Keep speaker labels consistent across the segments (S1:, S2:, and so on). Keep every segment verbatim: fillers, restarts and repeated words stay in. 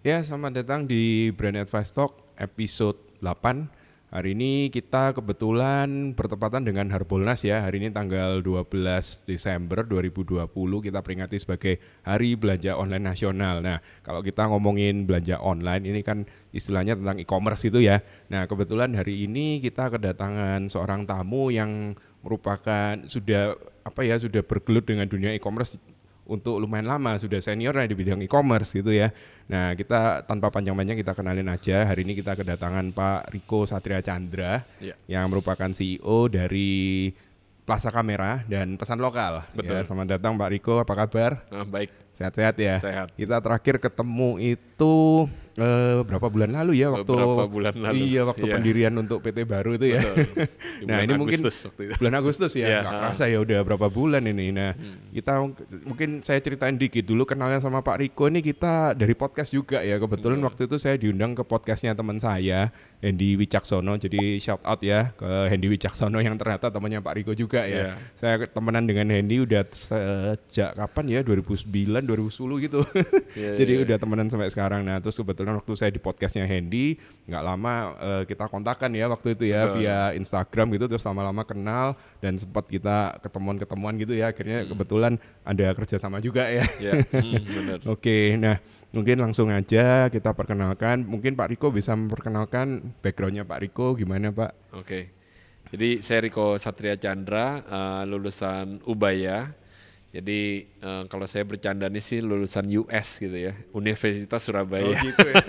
S1: Ya, selamat datang di Brand Advice Talk episode delapan. Hari ini kita kebetulan bertepatan dengan Harbolnas ya. Hari ini tanggal dua belas Desember dua ribu dua puluh kita peringati sebagai Hari Belanja Online Nasional. Nah, kalau kita ngomongin belanja online ini kan istilahnya tentang e-commerce itu ya. Nah, kebetulan hari ini kita kedatangan seorang tamu yang merupakan sudah apa ya, sudah bergelut dengan dunia e-commerce untuk lumayan lama, sudah senior di bidang e-commerce gitu ya. Nah, kita tanpa panjang-panjang kita kenalin aja. Hari ini kita kedatangan Pak Riko Satria Chandra ya, yang merupakan C E O dari Plaza Kamera dan Pesan Lokal.
S2: Betul.
S1: Ya, selamat datang Pak Riko, apa kabar?
S2: Nah, baik.
S1: Sehat-sehat ya?
S2: Sehat.
S1: Kita terakhir ketemu itu eh, berapa bulan lalu ya waktu
S2: Beberapa bulan lalu.
S1: Iya, waktu
S2: iya.
S1: pendirian untuk P T baru itu ya. Nah, ini mungkin
S2: waktu itu.
S1: bulan Agustus ya. Enggak
S2: yeah.
S1: kerasa ya udah berapa bulan ini. Nah, hmm. kita mungkin saya ceritain dikit dulu kenalnya sama Pak Riko ini, kita dari podcast juga ya. Kebetulan hmm. waktu itu saya diundang ke podcastnya teman saya, Hendy Wicaksono. Jadi shout out ya ke Hendy Wicaksono yang ternyata temannya Pak Riko juga ya. Yeah. Saya temenan dengan Hendy udah sejak kapan ya? dua ribu sembilan dua ribu sepuluh gitu. Yeah, Jadi yeah, udah yeah. temenan sampai sekarang. Nah, terus kebetulan waktu saya di podcastnya Hendy, nggak lama uh, kita kontakkan ya waktu itu ya. Betul. Via Instagram gitu, terus lama-lama kenal dan sempat kita ketemuan-ketemuan gitu ya. Akhirnya hmm. kebetulan ada kerjasama juga ya.
S2: Yeah. hmm, benar.
S1: Oke, nah mungkin langsung aja kita perkenalkan. Mungkin Pak Riko bisa memperkenalkan backgroundnya Pak Riko gimana Pak?
S2: Oke, jadi saya Riko Satria Chandra, uh, lulusan Ubaya. Jadi uh, kalau saya bercanda nih sih lulusan U S gitu ya, Universitas Surabaya.
S1: Oh gitu ya.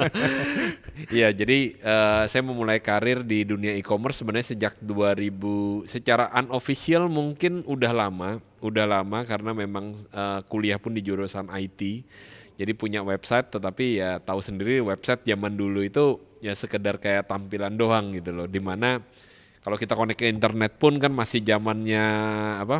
S2: Iya, jadi uh, saya memulai karir di dunia e-commerce sebenarnya sejak dua ribu, secara unofficial mungkin udah lama, udah lama karena memang uh, kuliah pun di jurusan I T. Jadi punya website, tetapi ya tahu sendiri website zaman dulu itu ya sekedar kayak tampilan doang gitu loh. Dimana kalau kita connect ke internet pun kan masih zamannya apa?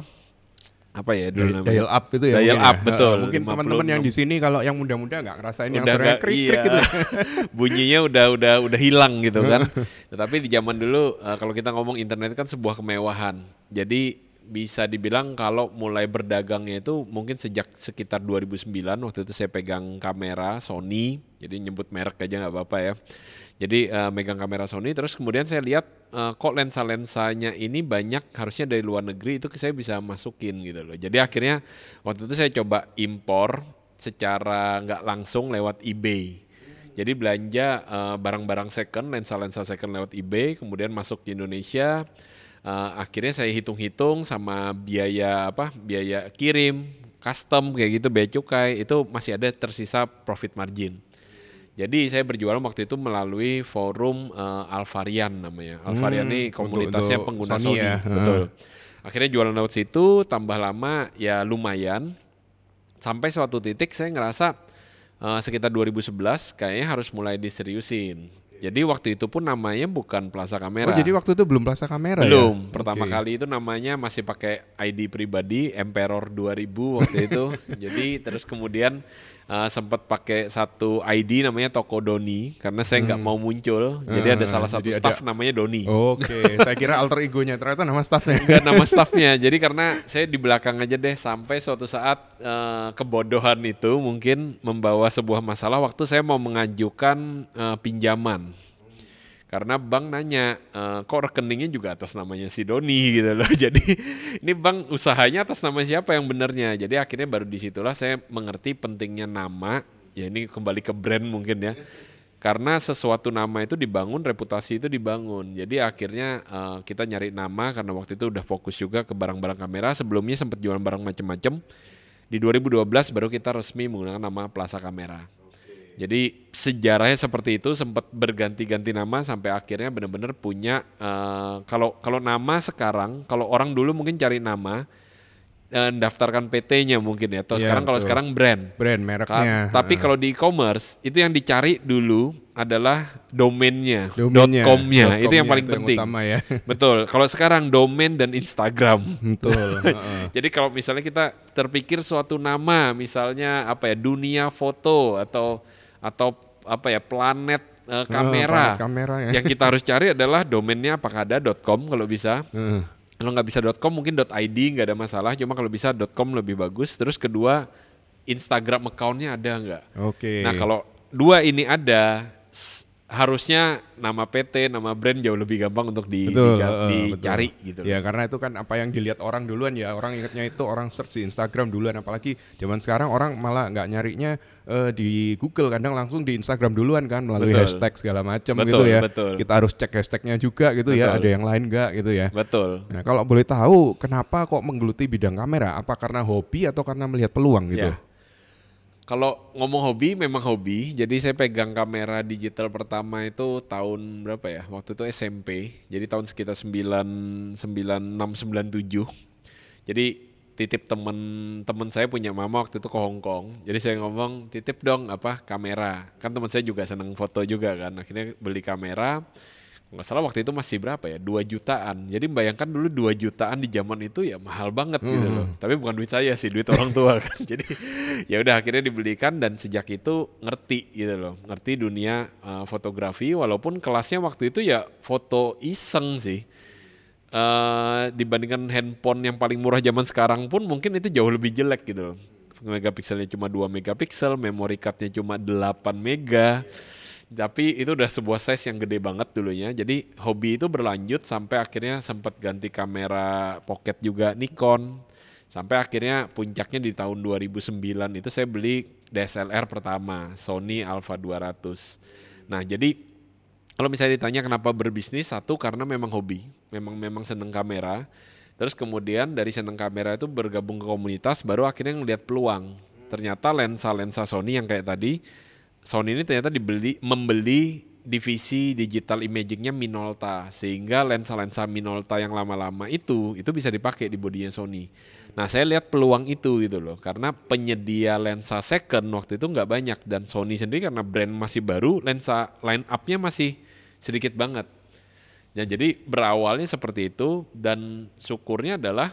S2: apa ya dulu namanya
S1: dial up itu ya,
S2: dial up
S1: ya.
S2: betul.
S1: Mungkin teman-teman yang di sini kalau yang muda-muda nggak ngerasain yang
S2: udah
S1: suaranya krik-krik
S2: iya.
S1: gitu.
S2: Bunyinya udah udah udah hilang gitu kan. Tetapi di zaman dulu uh, kalau kita ngomong internet kan sebuah kemewahan. Jadi bisa dibilang kalau mulai berdagangnya itu mungkin sejak sekitar dua ribu sembilan, waktu itu saya pegang kamera Sony, jadi nyebut merek aja nggak apa-apa ya. Jadi uh, megang kamera Sony, terus kemudian saya lihat uh, kok lensa-lensanya ini banyak harusnya dari luar negeri, itu saya bisa masukin gitu loh. Jadi akhirnya waktu itu saya coba impor secara nggak langsung lewat eBay. Jadi belanja uh, barang-barang second, lensa-lensa second lewat eBay, kemudian masuk di Indonesia. Uh, akhirnya saya hitung-hitung sama biaya apa, biaya kirim, custom kayak gitu, bea cukai, itu masih ada tersisa profit margin. Jadi saya berjualan waktu itu melalui forum uh, Alvarian namanya. Alvarian hmm, ini komunitasnya untuk, pengguna Sony, Sony ya. Betul. Akhirnya jualan lewat situ, tambah lama ya lumayan. Sampai suatu titik saya ngerasa uh, sekitar dua ribu sebelas kayaknya harus mulai diseriusin. Jadi waktu itu pun namanya bukan Plaza Kamera.
S1: Oh, jadi waktu itu belum Plaza Kamera
S2: belum. ya? Belum. Pertama okay. kali itu namanya masih pakai I D pribadi Emperor dua ribu waktu itu. Jadi terus kemudian uh, sempat pakai satu I D namanya Toko Doni karena saya nggak hmm. mau muncul. Jadi uh, ada salah satu staff ada... namanya Doni.
S1: Oke, okay. Saya kira alter egonya, ternyata nama staffnya.
S2: Enggak, nama staffnya. Jadi karena saya di belakang aja deh sampai suatu saat uh, kebodohan itu mungkin membawa sebuah masalah waktu saya mau mengajukan uh, pinjaman. Karena bank nanya, e, kok rekeningnya juga atas namanya si Doni gitu loh. Jadi ini bank usahanya atas nama siapa yang benernya. Jadi akhirnya baru disitulah saya mengerti pentingnya nama. Ya ini kembali ke brand mungkin ya. Karena sesuatu nama itu dibangun, reputasi itu dibangun. Jadi akhirnya e, kita nyari nama karena waktu itu udah fokus juga ke barang-barang kamera. Sebelumnya sempat jualan barang macam-macam. Di dua ribu dua belas baru kita resmi menggunakan nama Plaza Kamera. Jadi sejarahnya seperti itu, sempat berganti-ganti nama sampai akhirnya benar-benar punya uh, kalau kalau nama sekarang, kalau orang dulu mungkin cari nama uh, daftarkan P T-nya mungkin ya, atau yeah, sekarang kalau sekarang brand.
S1: Brand mereknya.
S2: Ka- tapi uh. kalau di e-commerce itu yang dicari dulu adalah domainnya,
S1: domainnya
S2: .com-nya, itu yang paling
S1: itu
S2: penting.
S1: Yang utama ya.
S2: Betul. Kalau sekarang domain dan Instagram.
S1: Betul. uh-uh.
S2: Jadi kalau misalnya kita terpikir suatu nama, misalnya apa ya, dunia foto atau atau apa ya, planet uh, kamera,
S1: oh, planet kamera ya.
S2: Yang kita harus cari adalah domainnya apakah ada .com kalau bisa. Uh. Kalau nggak bisa .com mungkin .id nggak ada masalah. Cuma kalau bisa .com lebih bagus. Terus kedua Instagram account-nya ada nggak?
S1: Oke. Okay.
S2: Nah kalau dua ini ada, s- harusnya nama P T, nama brand jauh lebih gampang untuk di,
S1: Betul,
S2: diga-
S1: uh,
S2: dicari
S1: betul.
S2: gitu.
S1: Ya karena itu kan apa yang dilihat orang duluan ya, orang ingatnya itu orang search di Instagram duluan, apalagi zaman sekarang orang malah nggak nyarinya uh, di Google, kadang langsung di Instagram duluan kan melalui
S2: Betul.
S1: hashtag segala macam
S2: Betul,
S1: gitu ya.
S2: betul.
S1: Kita harus cek hashtagnya juga gitu ya,
S2: Betul.
S1: ada yang lain nggak gitu ya.
S2: Betul.
S1: Nah kalau boleh tahu kenapa kok menggeluti bidang kamera? Apa karena hobi atau karena melihat peluang gitu?
S2: Ya. Kalau ngomong hobi memang hobi, jadi saya pegang kamera digital pertama itu tahun berapa ya? Waktu itu S M P, jadi tahun sekitar sembilan sembilan enam sembilan tujuh. Jadi titip temen-temen saya punya mama waktu itu ke Hong Kong. Jadi saya ngomong titip dong apa kamera. Kan teman saya juga seneng foto juga kan. Akhirnya beli kamera. Nggak salah waktu itu masih berapa ya? dua jutaan. Jadi bayangkan dulu dua jutaan di zaman itu ya mahal banget
S1: Hmm.
S2: gitu loh. Tapi bukan duit saya sih, duit orang tua kan. Jadi ya udah akhirnya dibelikan dan sejak itu ngerti gitu loh. Ngerti dunia uh, fotografi walaupun kelasnya waktu itu ya foto iseng sih. Uh, dibandingkan handphone yang paling murah zaman sekarang pun mungkin itu jauh lebih jelek gitu loh. Megapikselnya cuma dua megapiksel, memory cardnya cuma delapan mega. Tapi itu udah sebuah size yang gede banget dulunya. Jadi hobi itu berlanjut sampai akhirnya sempat ganti kamera pocket juga Nikon. Sampai akhirnya puncaknya di tahun dua ribu sembilan itu saya beli D S L R pertama, Sony Alpha dua ratus. Nah, jadi kalau misalnya ditanya kenapa berbisnis, satu karena memang hobi, memang memang seneng kamera. Terus kemudian dari seneng kamera itu bergabung ke komunitas, baru akhirnya ngelihat peluang. Ternyata lensa-lensa Sony yang kayak tadi, Sony ini ternyata dibeli membeli divisi digital imagingnya Minolta, sehingga lensa-lensa Minolta yang lama-lama itu itu bisa dipakai di bodinya Sony. Nah saya lihat peluang itu gitu loh, karena penyedia lensa second waktu itu nggak banyak dan Sony sendiri karena brand masih baru, lensa line up-nya masih sedikit banget. Nah jadi berawalnya seperti itu dan syukurnya adalah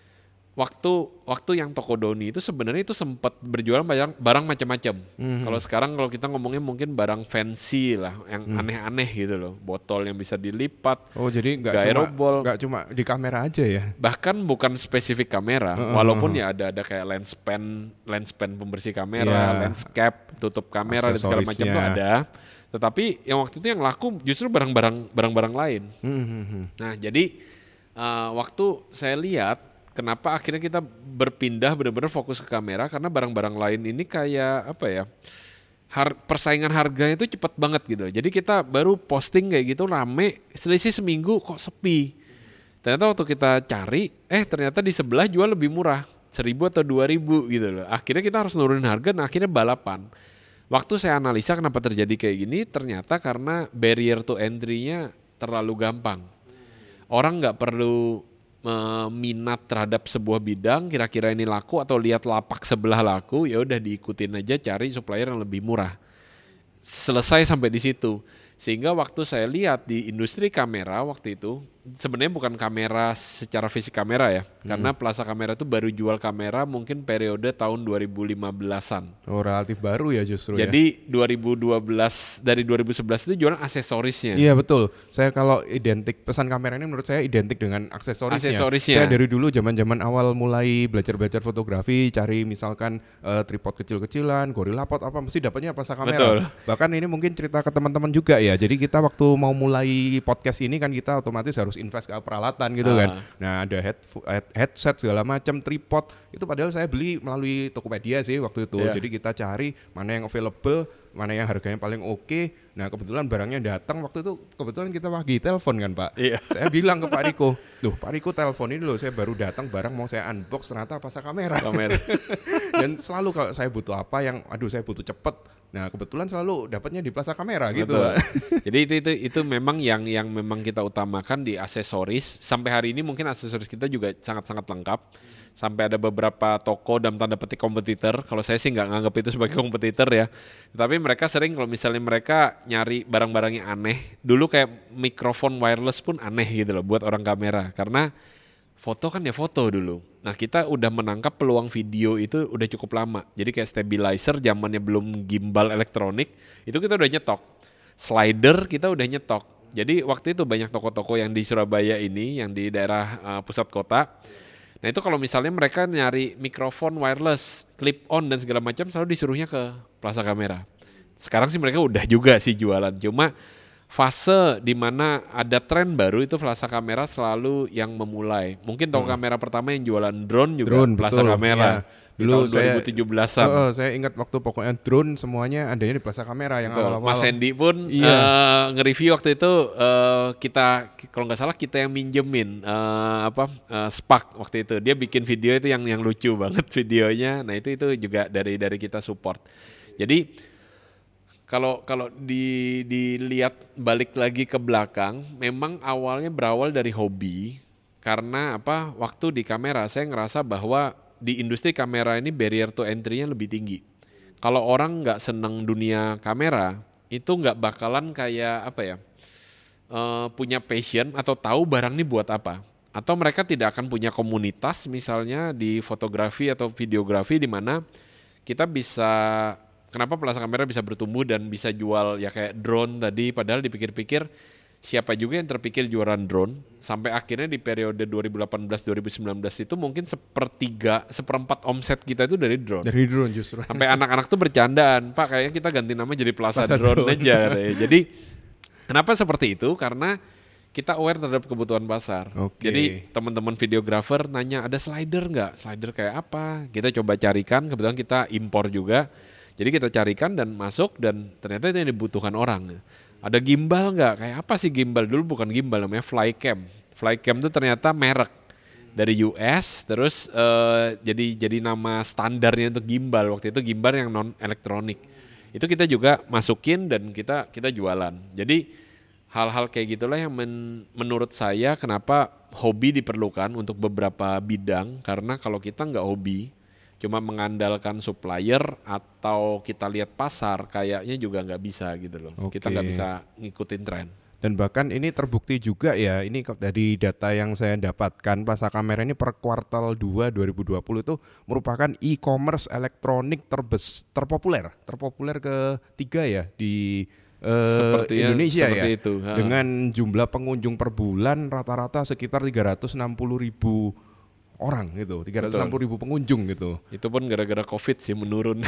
S2: waktu waktu yang toko Doni itu sebenarnya itu sempat berjualan barang barang macam-macam. Mm-hmm. Kalau sekarang kalau kita ngomongnya mungkin barang fancy lah, yang mm. aneh-aneh gitu loh, botol yang bisa dilipat.
S1: Oh jadi nggak cuma nggak cuma di kamera aja ya?
S2: Bahkan bukan spesifik kamera, uh-uh. walaupun ya ada ada kayak lens pen, lens pen pembersih kamera, yeah. lens cap, tutup kamera dan segala macam tuh ada. Tetapi yang waktu itu yang laku justru barang-barang barang-barang lain. Mm-hmm. Nah jadi uh, waktu saya lihat kenapa akhirnya kita berpindah benar-benar fokus ke kamera karena barang-barang lain ini kayak apa ya, har- persaingan harganya itu cepet banget gitu. Jadi kita baru posting kayak gitu rame, selisih seminggu kok sepi. Ternyata waktu kita cari, eh ternyata di sebelah jual lebih murah, seribu atau dua ribu gitu loh. Akhirnya kita harus nurunin harga dan akhirnya balapan. Waktu saya analisa kenapa terjadi kayak gini, ternyata karena barrier to entry-nya terlalu gampang. Orang nggak perlu minat terhadap sebuah bidang, kira-kira ini laku atau lihat lapak sebelah laku, ya udah diikutin aja cari supplier yang lebih murah. Selesai sampai di situ. Sehingga waktu saya lihat di industri kamera waktu itu, sebenarnya bukan kamera secara fisik kamera ya, hmm. karena Plaza Kamera itu baru jual kamera mungkin periode tahun dua ribu lima belasan.
S1: Oh relatif baru ya justru.
S2: Jadi
S1: ya.
S2: dua ribu dua belas dari dua ribu sebelas itu jualan aksesorisnya.
S1: Iya betul. Saya kalau identik pesan kamera ini menurut saya identik dengan aksesorisnya.
S2: aksesorisnya.
S1: Saya dari dulu zaman-zaman awal mulai belajar-belajar fotografi, cari misalkan uh, tripod kecil-kecilan, Gorillapod apa mesti dapatnya Plaza Kamera. Betul. Bahkan ini mungkin cerita ke teman-teman juga ya. Jadi kita waktu mau mulai podcast ini kan kita otomatis harus invest ke peralatan gitu uh. kan. Nah ada head, head, headset segala macam, tripod itu padahal saya beli melalui Tokopedia sih waktu itu. Yeah. Jadi kita cari mana yang available, mana yang harganya paling oke. Okay. Nah kebetulan barangnya datang waktu itu, kebetulan kita lagi telepon kan Pak. Yeah. Saya bilang ke Pak Riko, loh Pak Riko telepon ini loh, saya baru datang barang mau saya unbox ternyata Plaza Kamera. Kamera. Dan selalu kalau saya butuh apa yang, aduh saya butuh cepet. Nah kebetulan selalu dapatnya di Plaza Kamera gitu.
S2: Jadi itu itu itu memang yang yang memang kita utamakan di aksesoris. Sampai hari ini mungkin aksesoris kita juga sangat-sangat lengkap. Sampai ada beberapa toko dalam tanda petik kompetitor. Kalau saya sih nggak nganggap itu sebagai kompetitor ya. Tapi mereka sering kalau misalnya mereka nyari barang-barang yang aneh. Dulu kayak mikrofon wireless pun aneh gitu loh buat orang kamera. Karena foto kan ya foto dulu. Nah kita udah menangkap peluang video itu udah cukup lama. Jadi kayak stabilizer zamannya belum gimbal elektronik. Itu kita udah nyetok. Slider kita udah nyetok. Jadi waktu itu banyak toko-toko yang di Surabaya ini. Yang di daerah uh, pusat kota. Nah itu kalau misalnya mereka nyari mikrofon wireless, clip on dan segala macam selalu disuruhnya ke Plaza Kamera. Sekarang sih mereka udah juga sih jualan, cuma fase di mana ada tren baru itu Plaza Kamera selalu yang memulai. Mungkin toko hmm. kamera pertama yang jualan drone juga drone, Plaza betul, Kamera. Ya. Dulu di tahun saya, dua ribu tujuh belasan.
S1: Uh, uh, saya ingat waktu pokoknya drone semuanya adanya di Plaza Kamera yang awal-awal.
S2: Mas Hendy pun iya. uh, nge-review waktu itu uh, kita kalau nggak salah kita yang minjemin uh, apa uh, Spark waktu itu. Dia bikin video itu yang yang lucu banget videonya. Nah itu itu juga dari dari kita support. Jadi kalau kalau di dilihat balik lagi ke belakang, memang awalnya berawal dari hobi karena apa? Waktu di kamera saya ngerasa bahwa di industri kamera ini barrier to entry-nya lebih tinggi. Kalau orang nggak seneng dunia kamera, itu nggak bakalan kayak apa ya, uh, punya passion atau tahu barang ini buat apa. Atau mereka tidak akan punya komunitas misalnya di fotografi atau videografi di mana kita bisa, kenapa Plaza Kamera bisa bertumbuh dan bisa jual ya kayak drone tadi, padahal dipikir-pikir siapa juga yang terpikir jualan drone sampai akhirnya di periode dua ribu delapan belas dua ribu sembilan belas itu mungkin sepertiga, seperempat omset kita itu dari drone.
S1: Dari drone justru.
S2: Sampai anak-anak tuh bercandaan, Pak kayaknya kita ganti nama jadi Plaza, Plaza Drone, drone aja katanya. Jadi kenapa seperti itu? Karena kita aware terhadap kebutuhan pasar. Okay. Jadi teman-teman videografer nanya ada slider nggak? Slider kayak apa? Kita coba carikan, kebetulan kita impor juga. Jadi kita carikan dan masuk dan ternyata itu yang dibutuhkan orang. Ada gimbal nggak? Kayak apa sih gimbal? Dulu bukan gimbal, namanya Flycam. Flycam itu ternyata merek dari U S, terus uh, jadi jadi nama standarnya untuk gimbal. Waktu itu gimbal yang non elektronik. Itu kita juga masukin dan kita kita jualan. Jadi hal-hal kayak gitulah yang men, menurut saya kenapa hobi diperlukan untuk beberapa bidang. Karena kalau kita nggak hobi, cuma mengandalkan supplier atau kita lihat pasar, kayaknya juga nggak bisa gitu loh. Okay. Kita nggak bisa ngikutin tren.
S1: Dan bahkan ini terbukti juga ya, ini dari data yang saya dapatkan, Plaza Kamera ini per kuartal dua dua ribu dua puluh itu merupakan e-commerce elektronik terbes, terpopuler, terpopuler ketiga ya di uh, Indonesia ya.
S2: Itu.
S1: Dengan jumlah pengunjung per bulan rata-rata sekitar tiga ratus enam puluh ribu orang gitu, tiga ratus enam puluh ribu pengunjung gitu.
S2: Itu pun gara-gara COVID sih menurun.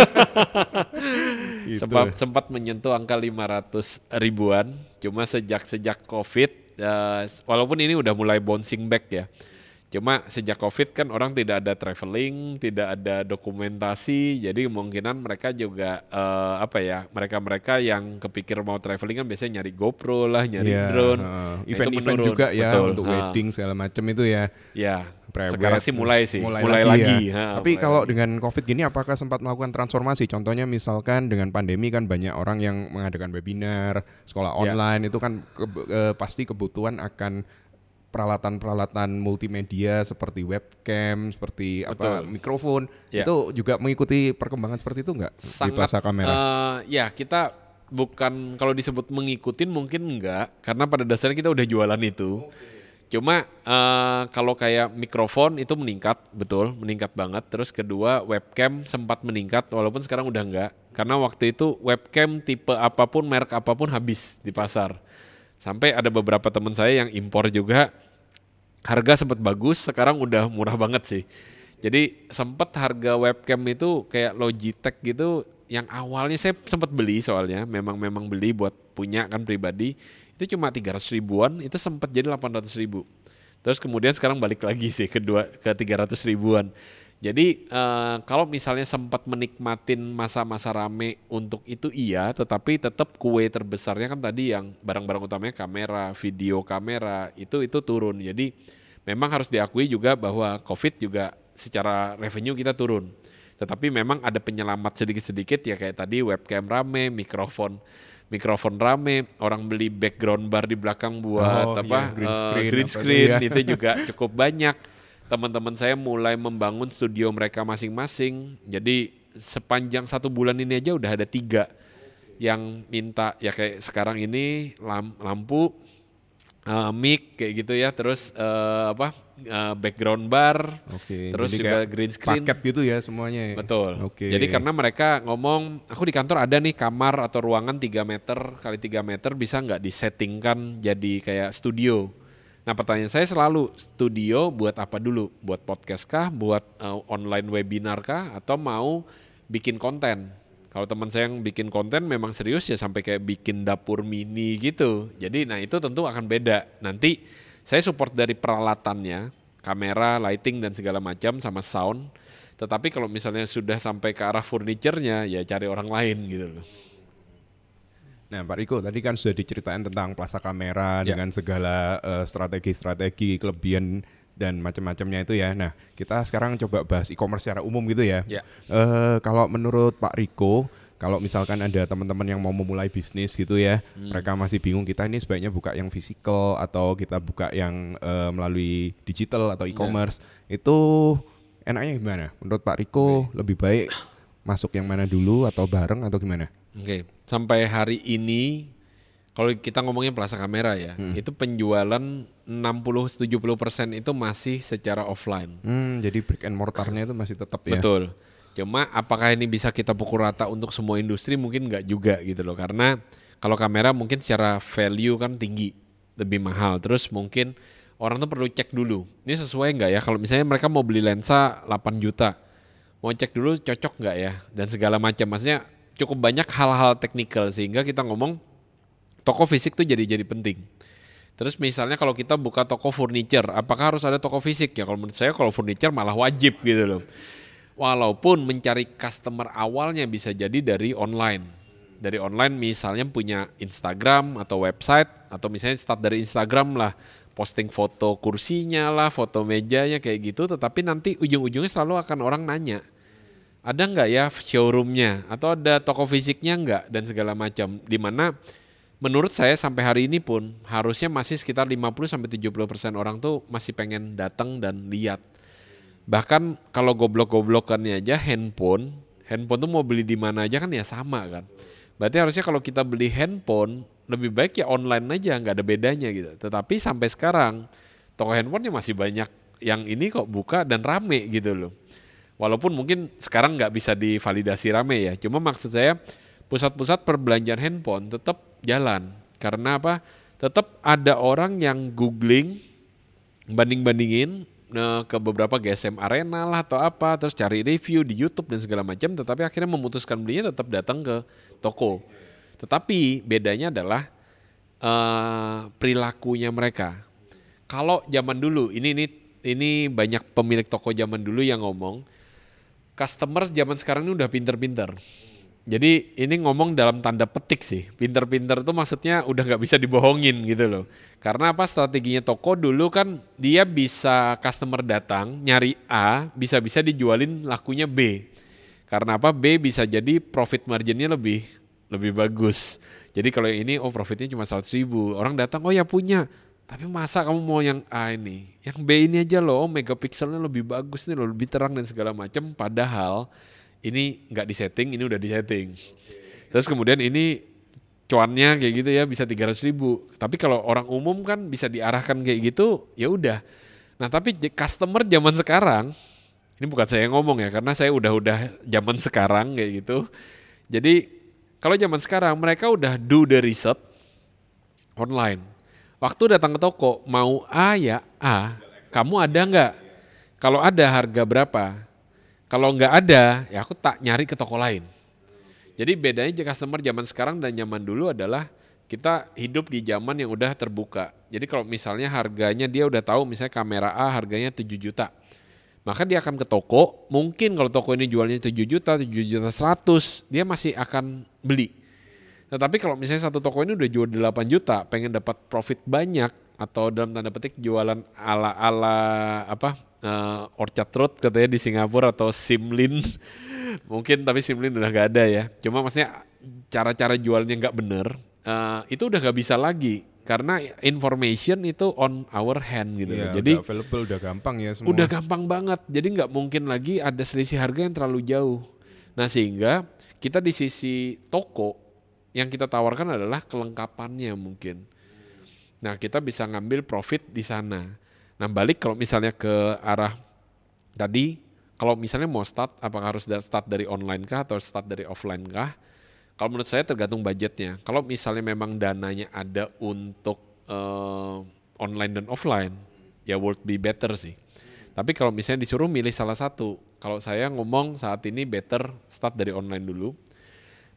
S2: sempat, sempat menyentuh angka lima ratus ribuan, cuma sejak sejak COVID, uh, walaupun ini udah mulai bouncing back ya. Cuma sejak COVID kan orang tidak ada traveling, tidak ada dokumentasi, jadi kemungkinan mereka juga uh, apa ya, mereka-mereka yang kepikir mau traveling kan biasanya nyari GoPro lah, nyari yeah, drone. Uh,
S1: event-event juga ya, betul, untuk uh, wedding segala macam itu ya.
S2: Ya, sekarang sih mulai sih, mulai, mulai
S1: lagi.
S2: lagi
S1: Ya. Ha, Tapi mulai kalau lagi. Dengan COVID gini, apakah sempat melakukan transformasi? Contohnya misalkan dengan pandemi kan banyak orang yang mengadakan webinar, sekolah online, yeah. itu kan ke, uh, pasti kebutuhan akan peralatan-peralatan multimedia seperti webcam, seperti Betul. apa mikrofon, ya. Itu juga mengikuti perkembangan seperti itu nggak di Plaza Kamera?
S2: Uh, ya kita bukan, kalau disebut mengikutin mungkin enggak, karena pada dasarnya kita udah jualan itu. Okay. Cuma uh, kalau kayak mikrofon itu meningkat, betul meningkat banget. Terus kedua webcam sempat meningkat, walaupun sekarang udah enggak, karena waktu itu webcam tipe apapun, merek apapun habis di pasar. Sampai ada beberapa teman saya yang impor juga, harga sempat bagus, sekarang udah murah banget sih. Jadi sempat harga webcam itu kayak Logitech gitu, yang awalnya saya sempat beli soalnya, memang memang beli buat punya kan pribadi, itu cuma tiga ratus ribuan, itu sempat jadi delapan ratus ribu. Terus kemudian sekarang balik lagi sih ke, dua, ke tiga ratus ribuan. Jadi uh, kalau misalnya sempat menikmatin masa-masa rame untuk itu iya, tetapi tetap kue terbesarnya kan tadi yang barang-barang utamanya kamera, video kamera, itu itu turun. Jadi memang harus diakui juga bahwa COVID juga secara revenue kita turun. Tetapi memang ada penyelamat sedikit-sedikit ya, kayak tadi webcam rame, mikrofon mikrofon rame, orang beli background bar di belakang buat oh, apa iya, green screen, uh, green screen itu, ya. Itu juga cukup banyak. Teman-teman saya mulai membangun studio mereka masing-masing. Jadi sepanjang satu bulan ini aja udah ada tiga yang minta ya kayak sekarang ini lampu, uh, mic kayak gitu ya, terus uh, apa uh, background bar,
S1: Oke,
S2: terus
S1: jadi
S2: juga green screen.
S1: Paket gitu ya semuanya.
S2: Betul.
S1: Oke.
S2: Jadi karena mereka ngomong, aku di kantor ada nih kamar atau ruangan tiga meter kali tiga meter, bisa nggak disettingkan jadi kayak studio? Nah pertanyaan saya selalu, studio buat apa dulu? Buat podcast kah? Buat uh, online webinar kah? Atau mau bikin konten? Kalau teman saya yang bikin konten memang serius ya sampai kayak bikin dapur mini gitu. Jadi nah itu tentu akan beda. Nanti saya support dari peralatannya, kamera, lighting dan segala macam sama sound. Tetapi kalau misalnya sudah sampai ke arah furniture-nya ya cari orang lain gitu loh.
S1: Nah Pak Riko tadi kan sudah diceritain tentang Plaza Kamera
S2: Ya.
S1: dengan segala uh, strategi-strategi, kelebihan dan macam-macamnya itu ya. Nah kita sekarang coba bahas e-commerce secara umum gitu ya.
S2: Ya.
S1: Uh, kalau menurut Pak Riko, kalau misalkan ada teman-teman yang mau memulai bisnis gitu ya, hmm. mereka masih bingung kita ini sebaiknya buka yang physical atau kita buka yang uh, melalui digital atau e-commerce, ya. Itu enaknya gimana? Menurut Pak Riko okay. lebih baik masuk yang mana dulu atau bareng atau gimana?
S2: Oke, okay. Sampai hari ini kalau kita ngomongin Plaza Kamera ya, hmm. itu penjualan enam puluh sampai tujuh puluh persen itu masih secara offline.
S1: Hmm, jadi brick and mortarnya itu masih tetap ya.
S2: Betul. Cuma apakah ini bisa kita pukul rata untuk semua industri mungkin nggak juga gitu loh. Karena kalau kamera mungkin secara value kan tinggi, lebih mahal. Terus mungkin orang tuh perlu cek dulu, ini sesuai nggak ya? Kalau misalnya mereka mau beli lensa delapan juta, mau cek dulu cocok nggak ya? Dan segala macam. Maksudnya cukup banyak hal-hal teknikal sehingga kita ngomong toko fisik tuh jadi jadi penting. Terus misalnya kalau kita buka toko furniture, apakah harus ada toko fisik ya? Kalau menurut saya kalau furniture malah wajib gitu loh. Walaupun mencari customer awalnya bisa jadi dari online. Dari online misalnya punya Instagram atau website, atau misalnya start dari Instagram lah, posting foto kursinya lah, foto mejanya kayak gitu, tetapi nanti ujung-ujungnya selalu akan orang nanya, ada nggak ya showroomnya, atau ada toko fisiknya nggak, dan segala macam. Dimana menurut saya sampai hari ini pun harusnya masih sekitar lima puluh sampai tujuh puluh persen orang tuh masih pengen datang dan lihat. Bahkan kalau goblok-goblokannya aja handphone, handphone tuh mau beli di mana aja kan ya sama kan. Berarti harusnya kalau kita beli handphone lebih baik ya online aja, nggak ada bedanya gitu. Tetapi sampai sekarang toko handphonenya masih banyak yang ini kok buka dan rame gitu loh. Walaupun mungkin sekarang nggak bisa divalidasi rame ya. Cuma maksud saya pusat-pusat perbelanjaan handphone tetap jalan. Karena apa? Tetap ada orang yang googling, banding-bandingin ke beberapa G S M Arena lah atau apa, terus cari review di YouTube dan segala macam, tetapi akhirnya memutuskan belinya tetap datang ke toko. Tetapi bedanya adalah uh, perilakunya mereka. Kalau zaman dulu, ini ini ini banyak pemilik toko zaman dulu yang ngomong, customer zaman sekarang ini udah pinter-pinter. Jadi ini ngomong dalam tanda petik sih, pinter-pinter tuh maksudnya udah gak bisa dibohongin gitu loh. Karena apa, strateginya toko dulu kan dia bisa customer datang nyari A, bisa-bisa dijualin lakunya B. Karena apa, B bisa jadi profit marginnya lebih lebih bagus. Jadi kalau yang ini oh profitnya cuma seratus ribu, orang datang oh ya punya. Tapi masa kamu mau yang A ini, yang B ini aja loh, megapikselnya lebih bagus nih loh, lebih terang dan segala macam. Padahal ini nggak disetting, ini udah disetting. Terus kemudian ini cuannya kayak gitu ya bisa tiga ratus ribu. Tapi kalau orang umum kan bisa diarahkan kayak gitu, ya udah. Nah tapi customer zaman sekarang, ini bukan saya yang ngomong ya, karena saya udah-udah zaman sekarang kayak gitu. Jadi kalau zaman sekarang mereka udah do the research online. Waktu datang ke toko, mau A ya A, kamu ada nggak? Kalau ada harga berapa? Kalau nggak ada, ya aku tak nyari ke toko lain. Jadi bedanya customer zaman sekarang dan zaman dulu adalah kita hidup di zaman yang udah terbuka. Jadi kalau misalnya harganya dia udah tahu misalnya kamera A harganya tujuh juta. Maka dia akan ke toko, mungkin kalau toko ini jualnya tujuh juta, tujuh juta seratus, dia masih akan beli. Tetapi kalau misalnya satu toko ini udah jual delapan juta, pengen dapat profit banyak, atau dalam tanda petik jualan ala-ala apa uh, Orchard Road katanya di Singapura atau Simlin mungkin, tapi Simlin udah gak ada ya. Cuma maksudnya cara-cara jualnya gak bener, uh, itu udah gak bisa lagi karena information itu on our hand gitu.
S1: Iya,
S2: jadi
S1: udah available, udah gampang ya semua.
S2: Udah gampang banget, jadi gak mungkin lagi ada selisih harga yang terlalu jauh. Nah sehingga kita di sisi toko yang kita tawarkan adalah kelengkapannya mungkin. Nah kita bisa ngambil profit di sana. Nah balik kalau misalnya ke arah tadi, kalau misalnya mau start, apakah harus start dari online kah atau start dari offline kah? Kalau menurut saya tergantung budgetnya. Kalau misalnya memang dananya ada untuk uh, online dan offline, ya would be better sih. Tapi kalau misalnya disuruh milih salah satu, kalau saya ngomong saat ini better start dari online dulu.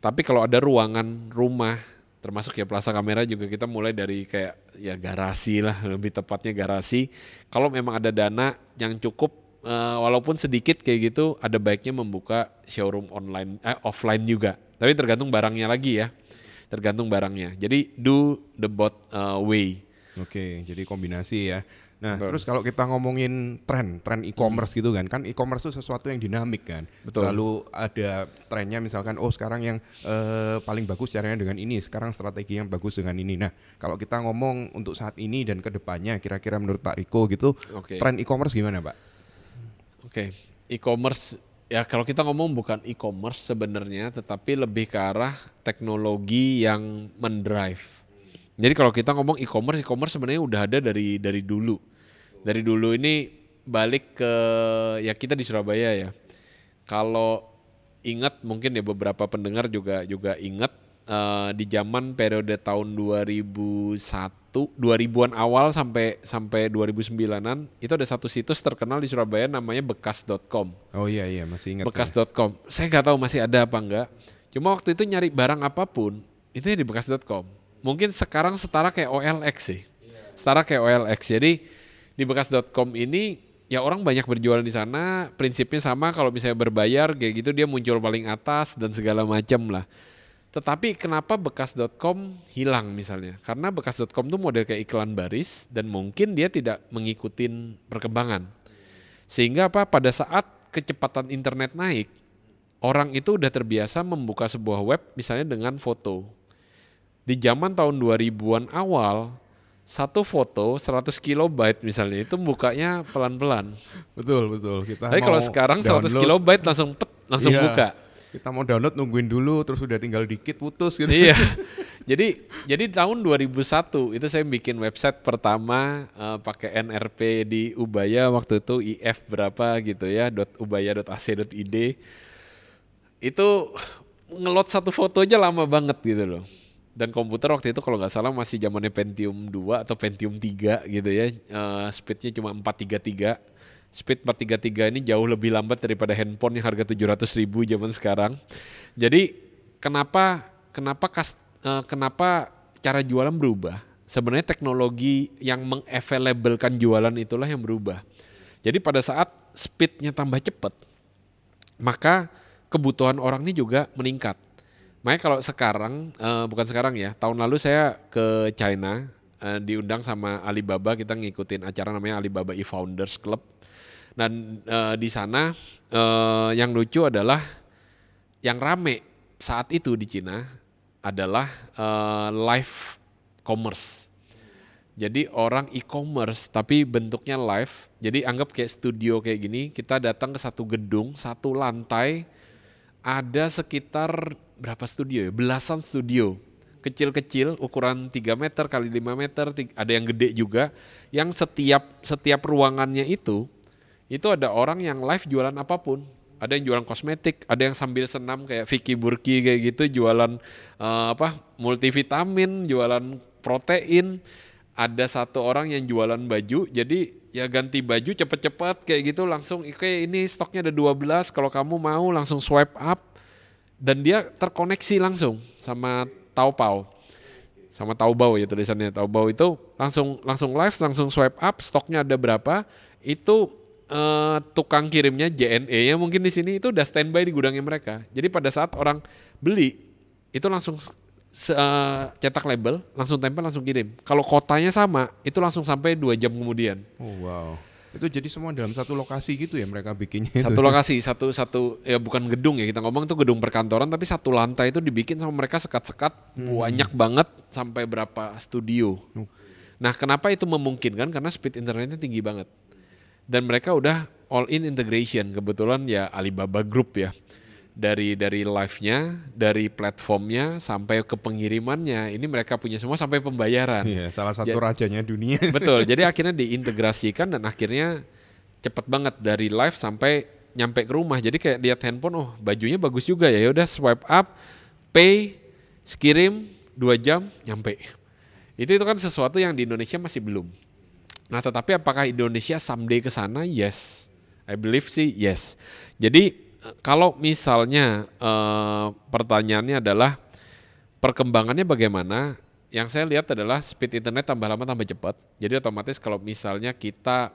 S2: Tapi kalau ada ruangan rumah, termasuk ya Plaza Kamera juga kita mulai dari kayak ya garasi lah, lebih tepatnya garasi. Kalau memang ada dana yang cukup, uh, walaupun sedikit kayak gitu, ada baiknya membuka showroom online, eh, offline juga. Tapi tergantung barangnya lagi ya, tergantung barangnya. Jadi do the both uh, way.
S1: Oke, jadi kombinasi ya. Nah,
S2: Betul.
S1: terus kalau kita ngomongin tren, tren e-commerce hmm. gitu kan, kan e-commerce itu sesuatu yang dinamik kan.
S2: Betul.
S1: Selalu ada trennya misalkan, oh sekarang yang eh, paling bagus caranya dengan ini, sekarang strategi yang bagus dengan ini. Nah, kalau kita ngomong untuk saat ini dan kedepannya, kira-kira menurut Pak Riko gitu, okay. tren e-commerce gimana Pak?
S2: Oke, okay. E-commerce ya kalau kita ngomong bukan e-commerce sebenarnya, tetapi lebih ke arah teknologi yang mendrive. Jadi kalau kita ngomong e-commerce, e-commerce sebenarnya udah ada dari dari dulu. Dari dulu ini balik ke ya kita di Surabaya ya. Kalau ingat mungkin ya beberapa pendengar juga juga ingat uh, di zaman periode tahun dua ribu satu, dua ribuan awal sampai sampai dua ribu sembilanan itu ada satu situs terkenal di Surabaya namanya bekas dot com.
S1: Oh iya iya masih ingat.
S2: bekas dot com. Ya. Saya nggak tahu masih ada apa enggak. Cuma waktu itu nyari barang apapun itu ya di bekas dot com. Mungkin sekarang setara kayak O L X sih. Setara kayak O L X. Jadi di bekas dot com ini ya orang banyak berjualan di sana, prinsipnya sama kalau misalnya berbayar kayak gitu dia muncul paling atas dan segala macam lah. Tetapi kenapa bekas dot com hilang misalnya? Karena bekas dot com tuh model kayak iklan baris dan mungkin dia tidak mengikuti perkembangan. Sehingga apa pada saat kecepatan internet naik, orang itu udah terbiasa membuka sebuah web misalnya dengan foto. Di zaman tahun dua ribuan awal satu foto seratus kilobyte misalnya itu bukanya pelan-pelan.
S1: Betul betul. Kita
S2: Tapi kalau sekarang
S1: download,
S2: seratus kilobyte langsung pet, langsung
S1: iya,
S2: buka.
S1: Kita mau download nungguin dulu terus udah tinggal dikit putus gitu.
S2: Iya. jadi jadi tahun dua ribu satu itu saya bikin website pertama uh, pakai N R P di Ubaya waktu itu I F berapa gitu ya .ubaya dot a c dot i d. Itu ngelot satu foto aja lama banget gitu loh. Dan komputer waktu itu kalau nggak salah masih zamannya Pentium dua atau Pentium tiga gitu ya, uh, speednya cuma empat tiga tiga. Speed empat tiga tiga ini jauh lebih lambat daripada handphone yang harga tujuh ratus ribu zaman sekarang. Jadi kenapa kenapa kas, uh, kenapa cara jualan berubah? Sebenarnya teknologi yang meng-available-kan jualan itulah yang berubah. Jadi pada saat speednya tambah cepat, maka kebutuhan orang ini juga meningkat. Makanya kalau sekarang, uh, bukan sekarang ya, tahun lalu saya ke China, uh, diundang sama Alibaba, kita ngikutin acara namanya Alibaba E-Founders Club. Dan uh, di sana uh, yang lucu adalah, yang rame saat itu di China adalah uh, live commerce. Jadi orang e-commerce tapi bentuknya live, jadi anggap kayak studio kayak gini, kita datang ke satu gedung, satu lantai, ada sekitar berapa studio ya? Belasan studio. Kecil-kecil ukuran tiga meter kali lima meter, ada yang gede juga. Yang setiap setiap ruangannya itu itu ada orang yang live jualan apapun. Ada yang jualan kosmetik, ada yang sambil senam kayak Vicky Burki kayak gitu jualan uh, apa? multivitamin, jualan protein. Ada satu orang yang jualan baju, jadi ya ganti baju cepet-cepet kayak gitu langsung, oke ini stoknya ada dua belas, kalau kamu mau langsung swipe up dan dia terkoneksi langsung sama Taobao, sama Taobao ya tulisannya Taobao itu langsung langsung live, langsung swipe up, stoknya ada berapa, itu uh, tukang kirimnya J N E-nya mungkin di sini itu udah standby di gudangnya mereka, jadi pada saat orang beli itu langsung Se, uh, cetak label, langsung tempel, langsung kirim. Kalau kotanya sama, itu langsung sampai dua jam kemudian.
S1: Oh wow, itu jadi semua dalam satu lokasi gitu ya mereka bikinnya itu.
S2: Satu lokasi, satu satu ya bukan gedung ya kita ngomong itu gedung perkantoran, tapi satu lantai itu dibikin sama mereka sekat-sekat hmm. banyak banget sampai berapa studio. Hmm. Nah kenapa itu memungkinkan? Karena speed internetnya tinggi banget. Dan mereka udah all in integration, kebetulan ya Alibaba Group ya. Dari dari live-nya, dari platformnya sampai ke pengirimannya, ini mereka punya semua sampai pembayaran.
S1: Iya, salah satu ja- rajanya dunia.
S2: Betul. Jadi akhirnya diintegrasikan dan akhirnya cepet banget dari live sampai nyampe ke rumah. Jadi kayak lihat handphone, oh bajunya bagus juga ya. Ya udah swipe up, pay, kirim dua jam nyampe. Itu itu kan sesuatu yang di Indonesia masih belum. Nah, tetapi apakah Indonesia someday ke sana? Yes. I believe sih yes. Jadi kalau misalnya uh, pertanyaannya adalah perkembangannya bagaimana? Yang saya lihat adalah speed internet tambah lama tambah cepat. Jadi otomatis kalau misalnya kita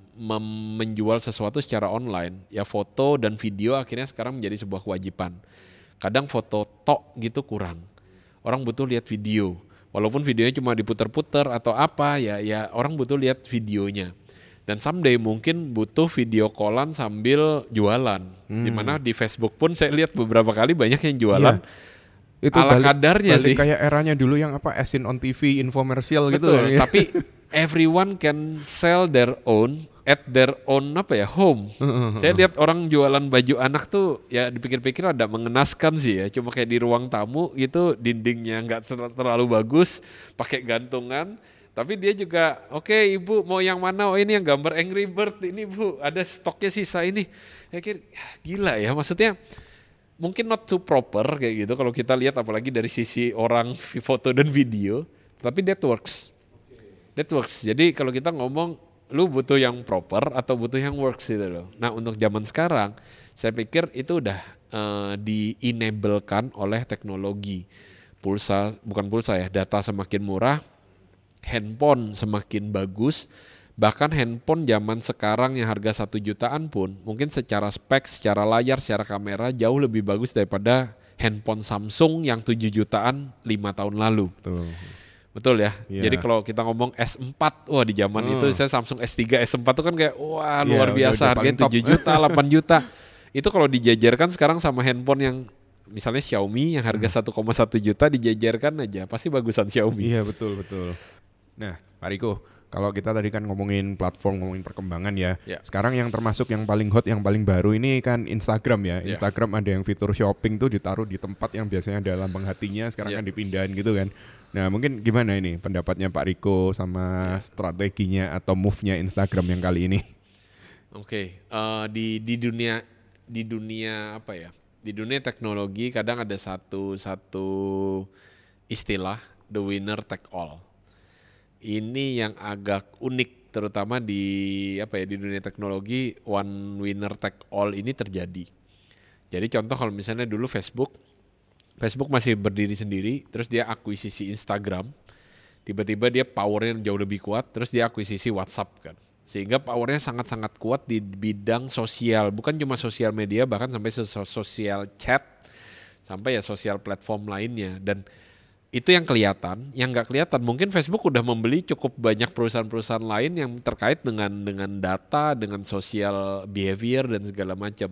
S2: mem- menjual sesuatu secara online, ya foto dan video akhirnya sekarang menjadi sebuah kewajiban. Kadang foto tok gitu kurang. Orang butuh lihat video. Walaupun videonya cuma diputer-puter atau apa, ya ya orang butuh lihat videonya. Dan someday mungkin butuh video callan sambil jualan. Hmm. Dimana di Facebook pun saya lihat beberapa kali banyak yang jualan. Iya. Itu ala balik, kadarnya
S1: balik
S2: sih.
S1: Kayak eranya dulu yang apa Asin on T V infomersial gitu.
S2: Betul, tapi everyone can sell their own at their own apa ya home. Saya lihat orang jualan baju anak tuh ya dipikir-pikir ada mengenaskan sih ya. Cuma kayak di ruang tamu gitu, dindingnya nggak ter- terlalu bagus, pakai gantungan. Tapi dia juga, oke okay, ibu mau yang mana? Oh ini yang gambar Angry Bird ini bu, ada stoknya sisa ini. Ya kira gila ya, maksudnya mungkin not too proper kayak gitu kalau kita lihat apalagi dari sisi orang foto dan video, tapi that works. That works. Jadi kalau kita ngomong lu butuh yang proper atau butuh yang works gitu loh. Nah untuk zaman sekarang saya pikir itu udah uh, di-enablekan oleh teknologi. Pulsa, bukan pulsa ya, data semakin murah, handphone semakin bagus. Bahkan handphone zaman sekarang yang harga satu jutaan pun mungkin secara spek, secara layar, secara kamera jauh lebih bagus daripada handphone Samsung yang tujuh jutaan lima tahun lalu. Betul, Betul ya? Yeah. Jadi kalau kita ngomong S empat, wah di zaman oh. itu saya Samsung S tiga, S empat itu kan kayak wah luar yeah, biasa, harganya tujuh juta, delapan juta. Itu kalau dijajarkan sekarang sama handphone yang misalnya Xiaomi yang harga satu koma satu juta dijajarkan aja, pasti bagusan Xiaomi.
S1: Iya betul, betul. Nah Pak Riko, kalau kita tadi kan ngomongin platform, ngomongin perkembangan ya. Yeah. Sekarang yang termasuk yang paling hot, yang paling baru ini kan Instagram ya. Yeah. Instagram ada yang fitur shopping tuh ditaruh di tempat yang biasanya ada lambang hatinya, sekarang yeah. kan dipindahin gitu kan. Nah mungkin gimana ini pendapatnya Pak Riko sama yeah. strateginya atau move-nya Instagram yang kali ini?
S2: Oke, okay. uh, di di dunia di dunia apa ya? Di dunia teknologi kadang ada satu satu istilah the winner take all. Ini yang agak unik terutama di apa ya di dunia teknologi, one winner take all ini terjadi. Jadi contoh kalau misalnya dulu Facebook Facebook masih berdiri sendiri, terus dia akuisisi Instagram, tiba-tiba dia powernya jauh lebih kuat, terus dia akuisisi WhatsApp kan. Sehingga powernya sangat-sangat kuat di bidang sosial, bukan cuma sosial media, bahkan sampai sosial chat, sampai ya sosial platform lainnya. Dan itu yang kelihatan, yang nggak kelihatan mungkin Facebook udah membeli cukup banyak perusahaan-perusahaan lain yang terkait dengan dengan data, dengan social behavior dan segala macam.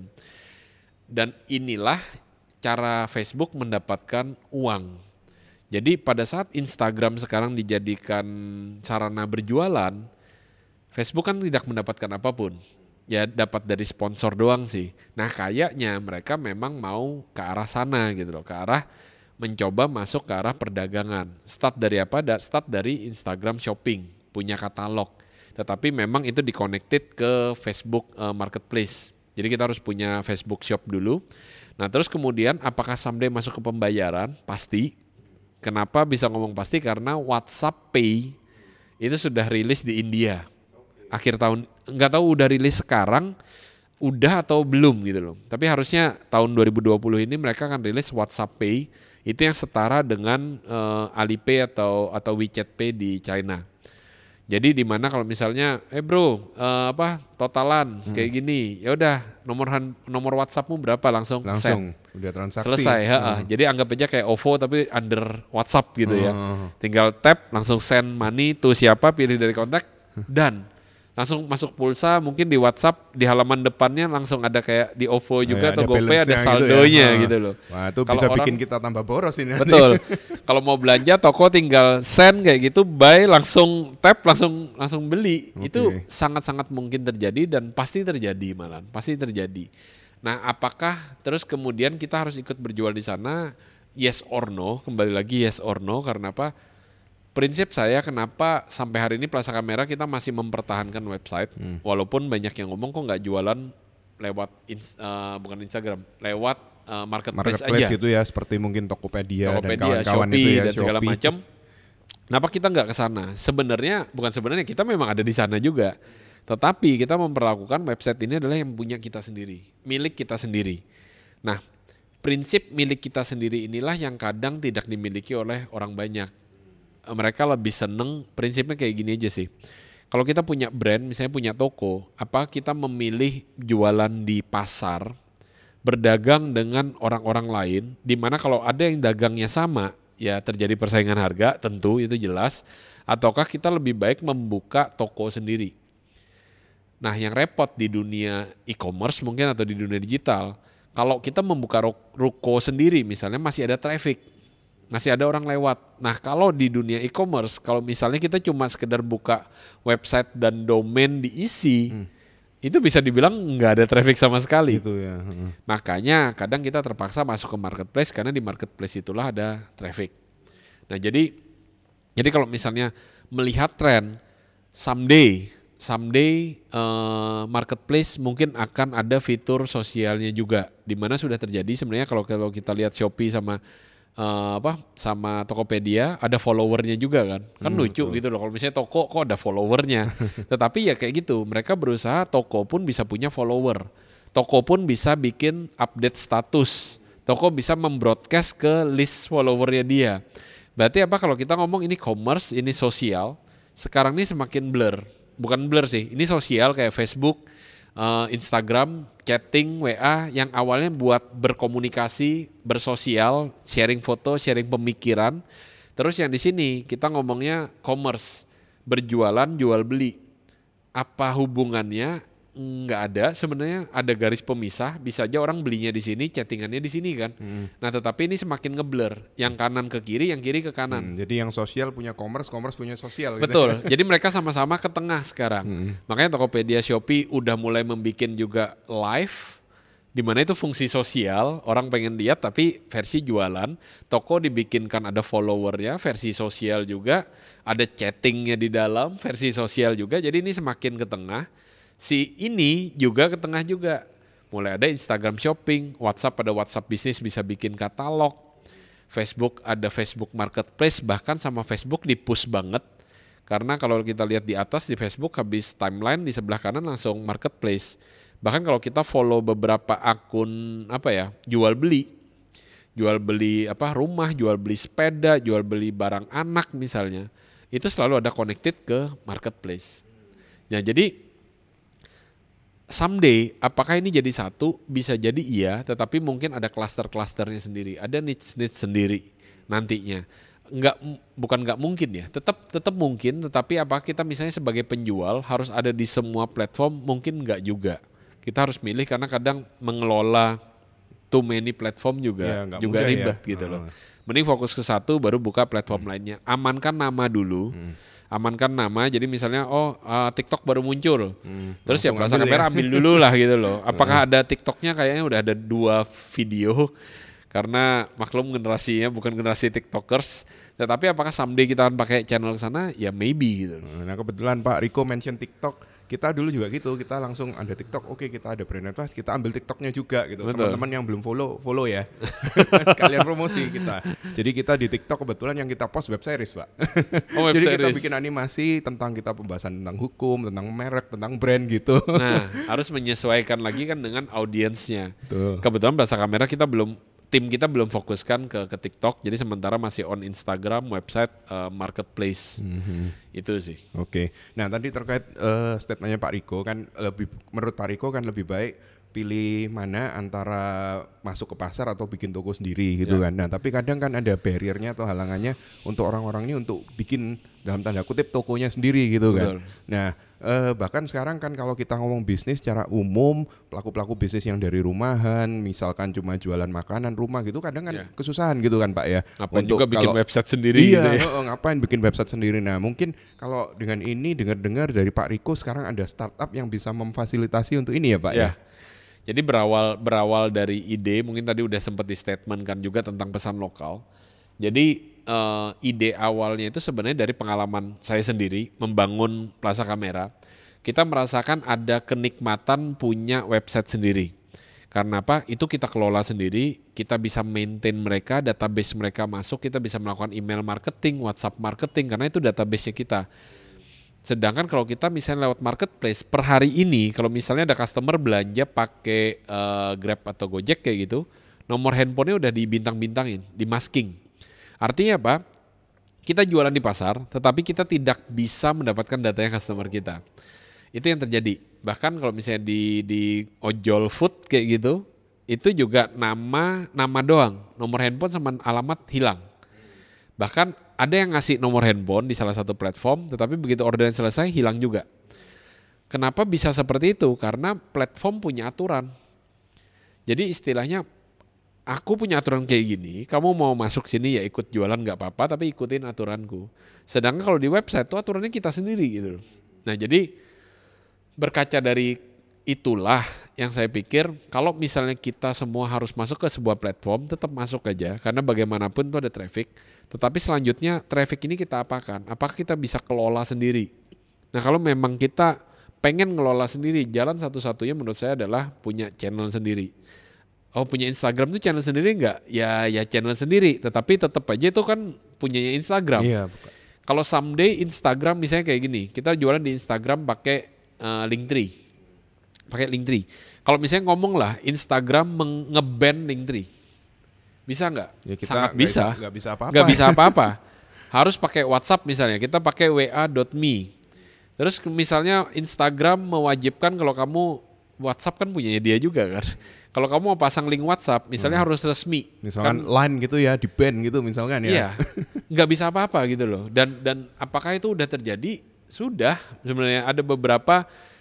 S2: Dan inilah cara Facebook mendapatkan uang. Jadi pada saat Instagram sekarang dijadikan sarana berjualan, Facebook kan tidak mendapatkan apapun. Ya dapat dari sponsor doang sih. Nah kayaknya mereka memang mau ke arah sana gitu loh, ke arah mencoba masuk ke arah perdagangan. Start dari apa? Start dari Instagram Shopping, punya katalog. Tetapi memang itu di-connected ke Facebook uh, Marketplace. Jadi kita harus punya Facebook Shop dulu. Nah terus kemudian apakah someday masuk ke pembayaran? Pasti. Kenapa bisa ngomong pasti? Karena WhatsApp Pay itu sudah rilis di India. Akhir tahun, nggak tahu udah rilis sekarang, udah atau belum gitu loh. Tapi harusnya tahun dua ribu dua puluh ini mereka akan rilis WhatsApp Pay. Itu yang setara dengan uh, Alipay atau atau WeChat Pay di China. Jadi di mana kalau misalnya, eh bro, uh, apa totalan hmm. kayak gini, ya udah nomor han, nomor WhatsAppmu berapa langsung,
S1: langsung
S2: send.
S1: Udah transaksi.
S2: Selesai, hmm. Jadi anggap aja kayak O V O tapi under WhatsApp gitu hmm. ya. Tinggal tap, langsung send money to siapa, pilih dari kontak, dan langsung masuk pulsa, mungkin di WhatsApp di halaman depannya langsung ada kayak di O V O juga oh, ya, atau GoPay ada saldonya gitu, ya. gitu loh.
S1: Wah itu kalo bisa orang, bikin kita tambah boros ini.
S2: Betul. Kalau mau belanja toko tinggal send kayak gitu, buy langsung tap langsung langsung beli. Okay. Itu sangat-sangat mungkin terjadi dan pasti terjadi malah, pasti terjadi. Nah apakah terus kemudian kita harus ikut berjual di sana? Yes or no? Kembali lagi yes or no karena apa? Prinsip saya kenapa sampai hari ini Plaza Kamera kita masih mempertahankan website hmm. walaupun banyak yang ngomong kok nggak jualan lewat ins, uh, bukan Instagram, lewat uh, marketplace,
S1: marketplace
S2: aja.
S1: Itu ya seperti mungkin Tokopedia,
S2: Tokopedia
S1: dan kawan-kawan
S2: Shopee,
S1: itu ya,
S2: dan segala macam. Kenapa kita nggak ke sana? Sebenarnya bukan sebenarnya kita memang ada di sana juga. Tetapi kita memperlakukan website ini adalah yang punya kita sendiri, milik kita sendiri. Nah, prinsip milik kita sendiri inilah yang kadang tidak dimiliki oleh orang banyak. Mereka lebih seneng, prinsipnya kayak gini aja sih. Kalau kita punya brand, misalnya punya toko, apa kita memilih jualan di pasar, berdagang dengan orang-orang lain, di mana kalau ada yang dagangnya sama, ya terjadi persaingan harga, tentu itu jelas. Ataukah kita lebih baik membuka toko sendiri? Nah, yang repot di dunia e-commerce mungkin atau di dunia digital, kalau kita membuka ruko sendiri misalnya masih ada traffic, masih ada orang lewat. Nah, kalau di dunia e-commerce, kalau misalnya kita cuma sekedar buka website dan domain diisi, hmm. itu bisa dibilang nggak ada traffic sama sekali.
S1: Gitu ya. Hmm.
S2: Makanya kadang kita terpaksa masuk ke marketplace karena di marketplace itulah ada traffic. Nah, jadi jadi kalau misalnya melihat tren, someday someday uh, marketplace mungkin akan ada fitur sosialnya juga, di mana sudah terjadi sebenarnya kalau kalau kita lihat Shopee sama uh, apa sama Tokopedia ada followernya juga kan, kan hmm, lucu betul. Gitu loh kalau misalnya toko kok ada followernya, tetapi ya kayak gitu mereka berusaha toko pun bisa punya follower, toko pun bisa bikin update status, toko bisa membroadcast ke list followernya dia. Berarti apa kalau kita ngomong ini commerce, ini sosial, sekarang ini semakin blur. Bukan blur sih, ini sosial kayak Facebook, uh, Instagram, chatting, W A yang awalnya buat berkomunikasi, bersosial, sharing foto, sharing pemikiran. Terus yang di sini kita ngomongnya commerce, berjualan, jual beli. Apa hubungannya? Nggak ada, sebenarnya ada garis pemisah, bisa aja orang belinya di sini, chattingannya di sini kan. Hmm. Nah, tetapi ini semakin ngeblur, yang kanan ke kiri, yang kiri ke kanan.
S1: Hmm, jadi yang sosial punya commerce, commerce punya sosial.
S2: Betul.
S1: Gitu.
S2: Jadi mereka sama-sama ke tengah sekarang. Hmm. Makanya Tokopedia, Shopee udah mulai membuat juga live, di mana itu fungsi sosial, orang pengen lihat tapi versi jualan. Toko dibikinkan ada followernya, versi sosial juga, ada chattingnya di dalam, versi sosial juga. Jadi ini semakin ke tengah. Si ini juga ke tengah juga. Mulai ada Instagram shopping, WhatsApp ada WhatsApp bisnis bisa bikin katalog, Facebook ada Facebook Marketplace, bahkan sama Facebook di-push banget. Karena kalau kita lihat di atas di Facebook habis timeline, di sebelah kanan langsung Marketplace. Bahkan kalau kita follow beberapa akun apa ya, jual beli, jual beli apa rumah, jual beli sepeda, jual beli barang anak misalnya, itu selalu ada connected ke Marketplace. Nah, jadi someday, apakah ini jadi satu? Bisa jadi iya, tetapi mungkin ada klaster-klasternya sendiri, ada niche-niche sendiri nantinya. Enggak, bukan enggak mungkin ya, tetap tetap mungkin, tetapi apakah kita misalnya sebagai penjual harus ada di semua platform? Mungkin enggak juga. Kita harus milih karena kadang mengelola too many platform juga ya, juga ribet ya. Gitu loh. Mending fokus ke satu, baru buka platform hmm. lainnya. Amankan nama dulu. Hmm. Amankan nama, jadi misalnya oh uh, TikTok baru muncul, hmm, terus ya Plaza Kamera ya. Ambil dulu lah gitu loh. Apakah ada TikToknya? Kayaknya udah ada dua video, karena maklum generasinya bukan generasi TikTokers. Tetapi apakah someday kita akan pakai channel ke sana? Ya maybe gitu.
S1: Nah kebetulan Pak Riko mention TikTok. Kita dulu juga gitu, kita langsung ada TikTok, oke kita ada Brand Advice, kita ambil TikToknya juga gitu. Betul. Teman-teman yang belum follow, follow ya. Kalian promosi kita. Jadi kita di TikTok kebetulan yang kita post web series, Pak. Oh, web Jadi series. Kita bikin animasi tentang kita pembahasan tentang hukum, tentang merek, tentang brand gitu.
S2: Nah, harus menyesuaikan lagi kan dengan audiensnya. Tuh. Kebetulan Plaza Kamera kita belum tim kita belum fokuskan ke ke TikTok, jadi sementara masih on Instagram, website, uh, marketplace. Mm-hmm. Itu sih.
S1: Oke. Okay. Nah, tadi terkait uh, statementnya Pak Riko kan lebih menurut Pak Riko kan lebih baik pilih mana antara masuk ke pasar atau bikin toko sendiri gitu ya. Kan. Nah, tapi kadang kan ada barriernya atau halangannya untuk orang-orang ini untuk bikin dalam tanda kutip tokonya sendiri gitu. Betul. Kan. Nah, eh, bahkan sekarang kan kalau kita ngomong bisnis secara umum, pelaku-pelaku bisnis yang dari rumahan, misalkan cuma jualan makanan rumah gitu, kadang kan ya. Kesusahan gitu kan Pak ya.
S2: Ngapain untuk juga bikin kalau, website sendiri
S1: iya,
S2: gitu ya.
S1: Oh, ngapain bikin website sendiri. Nah, mungkin kalau dengan ini dengar-dengar dari Pak Riko sekarang ada startup yang bisa memfasilitasi untuk ini ya Pak ya. ya?
S2: Jadi berawal berawal dari ide, mungkin tadi udah sempat di statement kan juga tentang pesan lokal. Jadi uh, ide awalnya itu sebenarnya dari pengalaman saya sendiri membangun Plaza Kamera. Kita merasakan ada kenikmatan punya website sendiri. Karena apa? Itu kita kelola sendiri, kita bisa maintain mereka, database mereka masuk, kita bisa melakukan email marketing, WhatsApp marketing, karena itu database-nya kita. Sedangkan kalau kita misalnya lewat marketplace per hari ini, kalau misalnya ada customer belanja pakai uh, Grab atau Gojek kayak gitu, nomor handphonenya udah dibintang-bintangin, dimasking. Artinya apa? Kita jualan di pasar, tetapi kita tidak bisa mendapatkan datanya customer kita. Itu yang terjadi. Bahkan kalau misalnya di di ojol food kayak gitu, itu juga nama nama doang, nomor handphone sama alamat hilang. Bahkan ada yang ngasih nomor handphone di salah satu platform, tetapi begitu orderan selesai hilang juga. Kenapa bisa seperti itu? Karena platform punya aturan. Jadi istilahnya, aku punya aturan kayak gini, kamu mau masuk sini ya ikut jualan gak apa-apa, tapi ikutin aturanku. Sedangkan kalau di website itu aturannya kita sendiri gitu. Nah jadi berkaca dari itulah yang saya pikir kalau misalnya kita semua harus masuk ke sebuah platform, tetap masuk aja karena bagaimanapun itu ada traffic. Tetapi selanjutnya traffic ini kita apakan? Apakah kita bisa kelola sendiri? Nah kalau memang kita pengen ngelola sendiri, jalan satu-satunya menurut saya adalah punya channel sendiri. Oh punya Instagram tuh channel sendiri nggak? Ya ya channel sendiri, tetapi tetap aja itu kan punyanya Instagram.
S1: Iya.
S2: Kalau someday Instagram misalnya kayak gini, kita jualan di Instagram pakai uh, Linktree, pakai Linktree. Kalau misalnya ngomong lah Instagram nge-ban Linktree, bisa nggak?
S1: Ya kita
S2: Sangat
S1: gak
S2: bisa.
S1: Nggak bisa apa-apa.
S2: Nggak bisa apa-apa. Harus pakai WhatsApp misalnya, kita pakai w a dot me. Terus misalnya Instagram mewajibkan kalau kamu WhatsApp kan punyanya dia juga kan. Kalau kamu mau pasang link WhatsApp, misalnya hmm. harus resmi.
S1: Misalkan
S2: kan,
S1: line gitu ya, di ban gitu misalkan ya.
S2: Iya, nggak bisa apa-apa gitu loh. Dan dan apakah itu udah terjadi? Sudah. Sebenarnya ada beberapa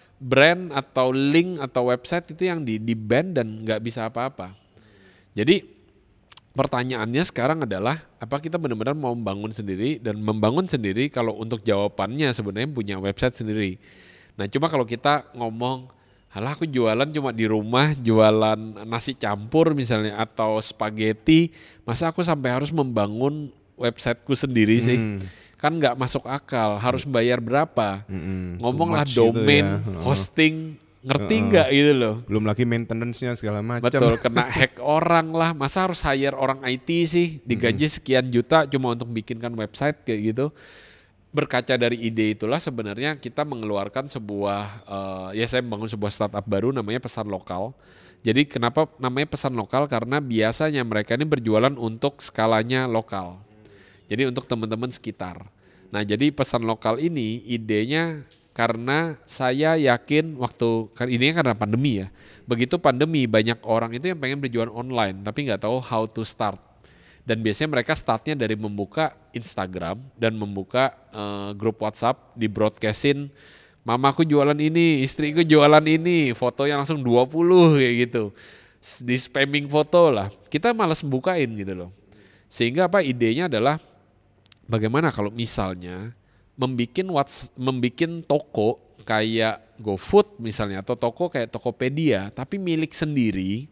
S2: brand atau link atau website itu yang di, di ban dan nggak bisa apa-apa. Jadi pertanyaannya sekarang adalah, apa kita benar-benar mau membangun sendiri? Dan membangun sendiri kalau untuk jawabannya sebenarnya punya website sendiri. Nah cuma kalau kita ngomong, halah aku jualan cuma di rumah, jualan nasi campur misalnya atau spaghetti, masa aku sampai harus membangun websiteku sendiri sih? Hmm. Kan nggak masuk akal, harus bayar berapa? Hmm. Ngomonglah domain, ya. hosting, ngerti nggak uh, gitu loh?
S1: Belum lagi maintenance-nya segala macam.
S2: Betul, kena hack orang lah, masa harus hire orang I T sih, digaji hmm. sekian juta cuma untuk bikinkan website kayak gitu. Berkaca dari ide itulah sebenarnya kita mengeluarkan sebuah, uh, ya saya membangun sebuah startup baru namanya Pesan Lokal. Jadi kenapa namanya Pesan Lokal? Karena biasanya mereka ini berjualan untuk skalanya lokal. Jadi untuk teman-teman sekitar. Nah jadi Pesan Lokal ini idenya karena saya yakin waktu, kan ini karena pandemi ya. Begitu pandemi banyak orang itu yang pengen berjualan online tapi nggak tahu how to start. Dan biasanya mereka startnya dari membuka Instagram dan membuka uh, grup WhatsApp, di broadcastin, mamaku jualan ini, istriku jualan ini, fotonya langsung dua puluh kayak gitu. Di spamming foto lah, kita malas bukain gitu loh. Sehingga apa idenya adalah bagaimana kalau misalnya membikin whats, membikin toko kayak GoFood misalnya atau toko kayak Tokopedia tapi milik sendiri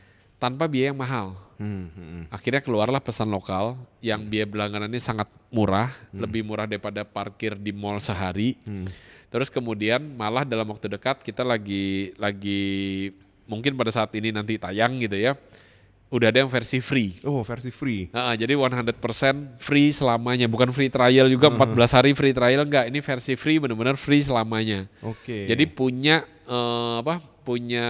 S2: tanpa biaya yang mahal. Hmm, hmm. Akhirnya keluarlah Pesan Lokal yang hmm. biaya berlangganannya sangat murah, hmm. lebih murah daripada parkir di mall sehari. Hmm. Terus kemudian malah dalam waktu dekat kita lagi lagi mungkin pada saat ini nanti tayang gitu ya, udah ada yang versi free.
S1: Oh versi free.
S2: Nah, jadi seratus persen free selamanya, bukan free trial juga uh-huh. empat belas hari free trial enggak, ini versi free benar-benar free selamanya. Oke. Okay. Jadi punya uh, apa? Punya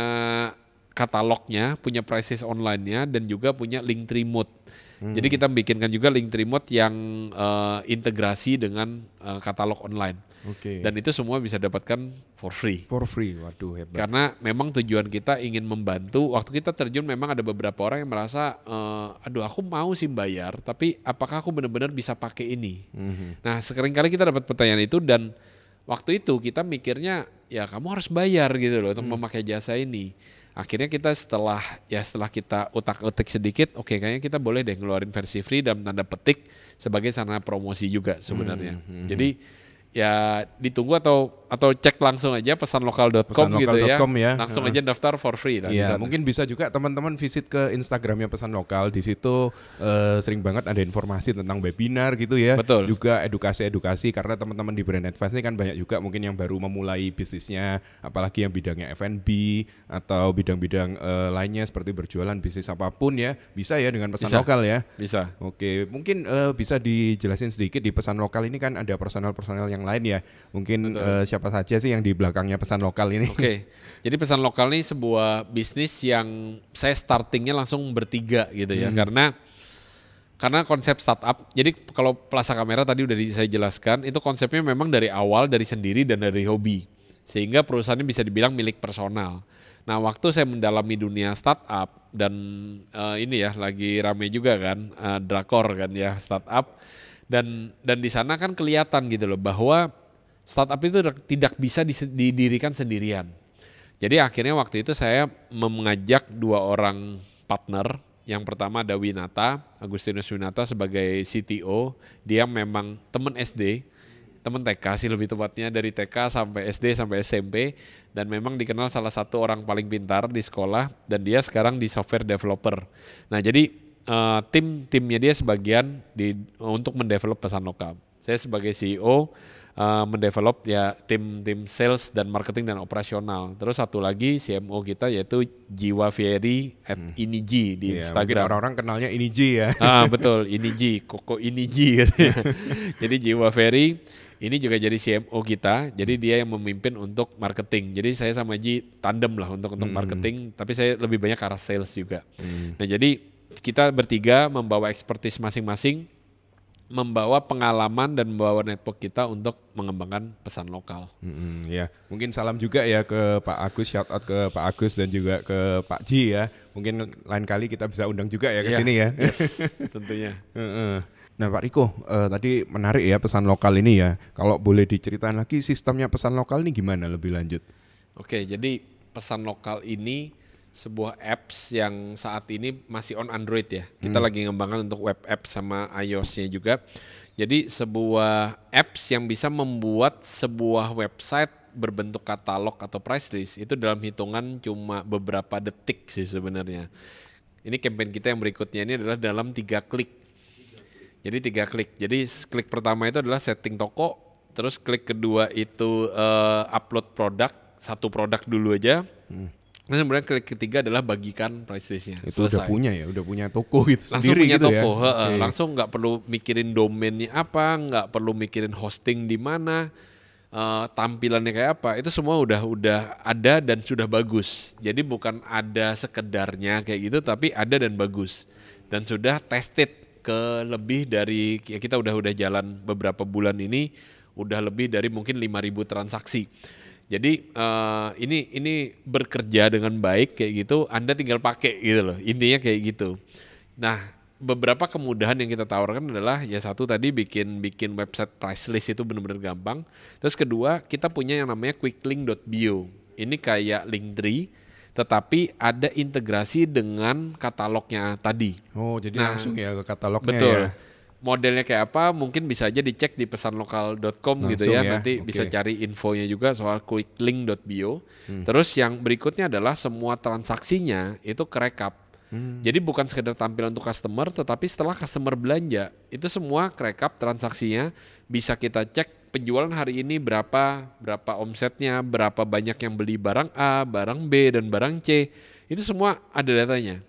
S2: katalognya, punya prices online-nya, dan juga punya Linktree Mode. Hmm. Jadi kita bikinkan juga Linktree Mode yang uh, integrasi dengan uh, katalog online. Okay. Dan itu semua bisa dapatkan for free.
S1: For free, waduh hebat.
S2: Karena memang tujuan kita ingin membantu. Waktu kita terjun memang ada beberapa orang yang merasa, uh, aduh aku mau sih bayar, tapi apakah aku benar-benar bisa pakai ini? Hmm. Nah seringkali kita dapat pertanyaan itu dan waktu itu kita mikirnya, ya kamu harus bayar gitu loh untuk hmm. memakai jasa ini. Akhirnya kita setelah ya setelah kita utak-utik sedikit, oke okay, kayaknya kita boleh deh ngeluarin versi free dalam tanda petik sebagai sarana promosi juga sebenarnya. Hmm, hmm. Jadi ya ditunggu atau atau cek langsung aja pesanlokal dot com gitu ya.
S1: ya.
S2: Langsung
S1: uh.
S2: aja daftar for free lah.
S1: Iya, mungkin bisa juga teman-teman visit ke Instagramnya Pesan Lokal. Di situ uh, sering banget ada informasi tentang webinar gitu ya.
S2: Betul.
S1: Juga edukasi-edukasi karena teman-teman di Brand Advice ini kan banyak juga mungkin yang baru memulai bisnisnya, apalagi yang bidangnya F and B atau bidang-bidang uh, lainnya seperti berjualan bisnis apapun ya, bisa ya dengan Pesan
S2: Bisa.
S1: Lokal ya.
S2: Bisa.
S1: Oke, mungkin uh, bisa dijelasin sedikit di Pesan Lokal ini kan ada personal-personal yang lain ya. Mungkin uh, siapa saja sih yang di belakangnya Pesan Lokal ini?
S2: Oke, jadi Pesan Lokal ini sebuah bisnis yang saya startingnya langsung bertiga gitu ya,
S1: Hmm.
S2: karena karena konsep startup. Jadi kalau Plaza Kamera tadi udah di, saya jelaskan, itu konsepnya memang dari awal dari sendiri dan dari hobi, sehingga perusahaannya bisa dibilang milik personal. Nah, waktu saya mendalami dunia startup dan uh, ini ya lagi rame juga kan, uh, drakor kan ya startup, dan dan di sana kan kelihatan gitu loh bahwa startup itu tidak bisa didirikan sendirian. Jadi akhirnya waktu itu saya mengajak dua orang partner. Yang pertama ada Winata, Agustinus Winata sebagai C T O. Dia memang teman S D, teman T K sih lebih tepatnya, dari T K sampai S D sampai S M P. Dan memang dikenal salah satu orang paling pintar di sekolah. Dan dia sekarang di software developer. Nah jadi uh, tim timnya dia sebagian di, untuk mendevelop Pesan Lokal. Saya sebagai C E O uh, mendevelop ya tim tim sales dan marketing dan operasional. Terus satu lagi C M O kita yaitu Jiwa Ferry at
S1: Hmm.
S2: Iniji di
S1: Iya, mungkin
S2: Instagram.
S1: orang-orang kenalnya Iniji ya.
S2: Ah betul, Iniji, Koko Iniji gitu. Jadi Jiwa Ferry ini juga jadi C M O kita. Jadi dia yang memimpin untuk marketing. Jadi saya sama Ji tandem lah untuk untuk
S1: Hmm.
S2: marketing. Tapi saya lebih banyak ke arah sales juga.
S1: Hmm.
S2: Nah jadi kita bertiga membawa expertise masing-masing, membawa pengalaman dan membawa network kita untuk mengembangkan Pesan Lokal.
S1: Mm-mm, ya, mungkin salam juga ya ke Pak Agus, shout out ke Pak Agus dan juga ke Pak Ji ya. Mungkin lain kali kita bisa undang juga ya ke
S2: Iya,
S1: sini ya.
S2: Yes, tentunya.
S1: Heeh. Nah Pak Riko, eh, tadi menarik ya Pesan Lokal ini ya. Kalau boleh diceritain lagi sistemnya Pesan Lokal ini gimana lebih lanjut?
S2: Oke, jadi Pesan Lokal ini sebuah apps yang saat ini masih on Android ya. Kita
S1: Hmm.
S2: lagi ngembangkan untuk web app sama iOS-nya juga. Jadi sebuah apps yang bisa membuat sebuah website berbentuk katalog atau price list itu dalam hitungan cuma beberapa detik sih sebenarnya. Ini campaign kita yang berikutnya ini adalah dalam tiga klik. Jadi tiga klik. Jadi klik pertama itu adalah setting toko, terus klik kedua itu uh, upload produk, satu produk dulu aja.
S1: Hmm.
S2: Nah, kemudian klik ketiga adalah bagikan price listnya.
S1: Itu udah
S2: Selesai.
S1: punya ya, udah punya toko gitu
S2: Langsung
S1: sendiri
S2: punya
S1: gitu
S2: toko,
S1: ya.
S2: heeh.
S1: Oke.
S2: Langsung nggak perlu mikirin domainnya apa, nggak perlu mikirin hosting di mana, eh, tampilannya kayak apa. Itu semua udah udah ada dan sudah bagus. Jadi bukan ada sekedarnya kayak gitu, tapi ada dan bagus. Dan sudah tested ke lebih dari, ya kita udah udah jalan beberapa bulan ini, udah lebih dari mungkin lima ribu transaksi. Jadi uh, ini ini bekerja dengan baik kayak gitu, Anda tinggal pakai gitu loh, intinya kayak gitu. Nah, beberapa kemudahan yang kita tawarkan adalah ya satu tadi bikin bikin website price list itu benar-benar gampang. Terus kedua kita punya yang namanya quicklink dot bio. Ini kayak Linktree, tetapi ada integrasi dengan katalognya tadi.
S1: Oh, jadi
S2: Nah,
S1: langsung ya ke katalognya
S2: Betul.
S1: ya.
S2: Modelnya kayak apa mungkin bisa aja dicek di pesanlokal dot com gitu
S1: Langsung
S2: ya.
S1: ya,
S2: Nanti
S1: oke.
S2: bisa cari infonya juga soal quicklink dot bio.
S1: Hmm.
S2: Terus yang berikutnya adalah semua transaksinya itu kerekap.
S1: Hmm.
S2: Jadi bukan sekedar tampilan untuk customer, tetapi setelah customer belanja itu semua kerekap transaksinya, bisa kita cek penjualan hari ini berapa, berapa omsetnya, berapa banyak yang beli barang A, barang B dan barang C. Itu semua ada datanya.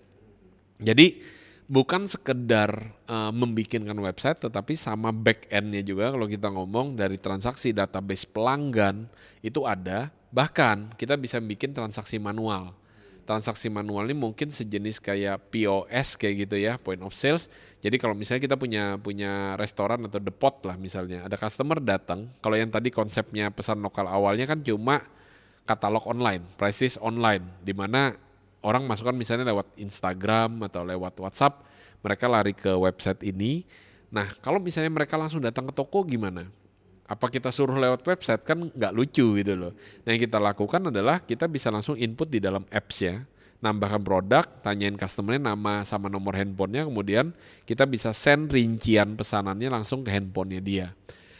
S2: Jadi bukan sekedar uh, membikinkan website, tetapi sama back end-nya juga kalau kita ngomong dari transaksi database pelanggan itu ada. Bahkan kita bisa bikin transaksi manual. Transaksi manual ini mungkin sejenis kayak P O S kayak gitu ya, point of sales. Jadi kalau misalnya kita punya punya restoran atau depot lah misalnya, ada customer datang. Kalau yang tadi konsepnya pesan lokal awalnya kan cuma katalog online, price list online, di mana orang masukkan misalnya lewat Instagram atau lewat WhatsApp, mereka lari ke website ini. Nah, kalau misalnya mereka langsung datang ke toko gimana? Apa kita suruh lewat website? Kan nggak lucu gitu loh. Nah, yang kita lakukan adalah kita bisa langsung input di dalam apps ya. Nambahkan produk, tanyain customer-nya nama sama nomor handphonenya, kemudian kita bisa send rincian pesanannya langsung ke handphonenya dia.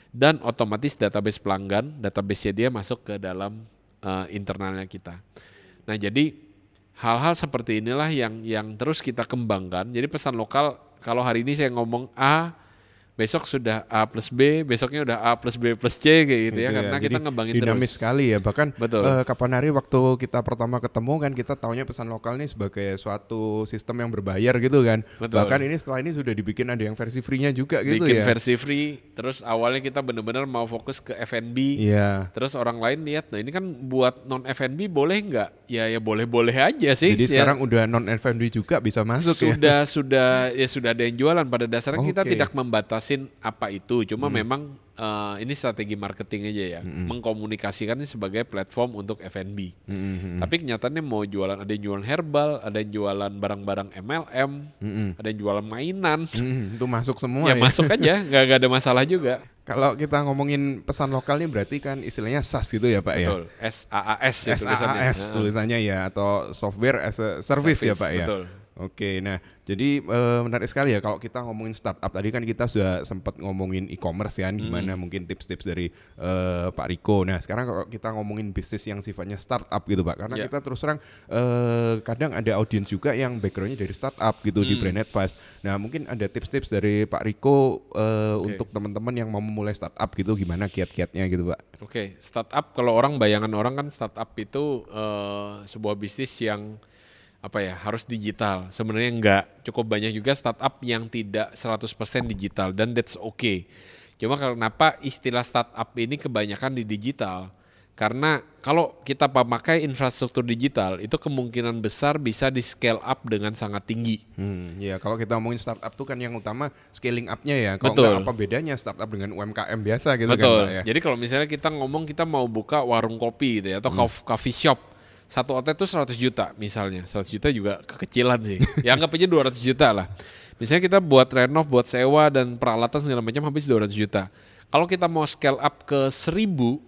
S2: dan otomatis database pelanggan, database-nya dia masuk ke dalam uh, internalnya kita. Nah jadi hal-hal seperti inilah yang yang terus kita kembangkan. Jadi pesan lokal kalau hari ini saya ngomong A, besok sudah A plus B, besoknya udah A plus B plus C kayak gitu, gitu ya, karena
S1: ya.
S2: kita
S1: Jadi
S2: ngembangin
S1: dinamis
S2: terus.
S1: sekali ya, bahkan uh, kapan hari waktu kita pertama ketemu kan kita taunya pesan lokal ini sebagai suatu sistem yang berbayar gitu kan.
S2: Betul.
S1: Bahkan ini setelah ini sudah dibikin ada yang versi free-nya juga gitu
S2: Bikin
S1: ya.
S2: Bikin versi free, terus awalnya kita benar-benar mau fokus ke F and B,
S1: yeah.
S2: terus orang lain lihat, nah ini kan buat non F and B boleh nggak? Ya ya boleh-boleh aja sih.
S1: Jadi
S2: ya.
S1: sekarang udah non F and B juga bisa masuk
S2: sudah,
S1: ya?
S2: Sudah, ya sudah ada yang jualan. Pada dasarnya okay. kita tidak membatasin apa itu. Cuma hmm. memang uh, ini strategi marketing aja ya, hmm. mengkomunikasikannya sebagai platform untuk F and B. Hmm. Tapi kenyataannya mau jualan, ada yang jualan herbal, ada yang jualan barang-barang M L M, hmm. ada yang jualan mainan.
S1: Hmm. Itu masuk semua
S2: ya?
S1: Ya
S2: masuk aja, nggak, nggak ada masalah juga.
S1: Kalau kita ngomongin pesan lokal ini berarti kan istilahnya SaaS gitu ya Pak
S2: betul.
S1: ya?
S2: S A A S ya
S1: S A A S tulisannya, tulisannya ya, atau software as a service, service ya Pak
S2: betul.
S1: ya? Oke, nah jadi e, menarik sekali ya kalau kita ngomongin startup. Tadi kan kita sudah sempat ngomongin e-commerce ya, gimana hmm. mungkin tips-tips dari e, Pak Riko. Nah sekarang kalau kita ngomongin bisnis yang sifatnya startup gitu Pak, karena yeah. kita terus terang e, kadang ada audiens juga yang backgroundnya dari startup gitu hmm. di Brand Advice. Nah mungkin ada tips-tips dari Pak Riko e, okay. untuk teman-teman yang mau memulai startup gitu, gimana kiat-kiatnya gitu Pak?
S2: Oke, okay. Startup kalau orang bayangan orang kan startup itu e, sebuah bisnis yang apa ya, harus digital. Sebenarnya enggak, cukup banyak juga startup yang tidak seratus persen digital dan that's okay. Cuma kenapa istilah startup ini kebanyakan di digital? Karena kalau kita pakai infrastruktur digital itu kemungkinan besar bisa di scale up dengan sangat tinggi.
S1: Hmm, ya kalau kita ngomongin startup tuh kan yang utama scaling up-nya ya. Kalau
S2: Betul.
S1: Enggak, apa bedanya startup dengan U M K M biasa gitu?
S2: Betul.
S1: Kan Pak ya?
S2: Jadi kalau misalnya kita ngomong kita mau buka warung kopi gitu ya, atau hmm. coffee shop, satu outlet itu seratus juta misalnya. seratus juta juga kekecilan sih. Ya anggap aja dua ratus juta lah. Misalnya kita buat renov, buat sewa dan peralatan segala macam habis dua ratus juta. Kalau kita mau scale up ke seribu,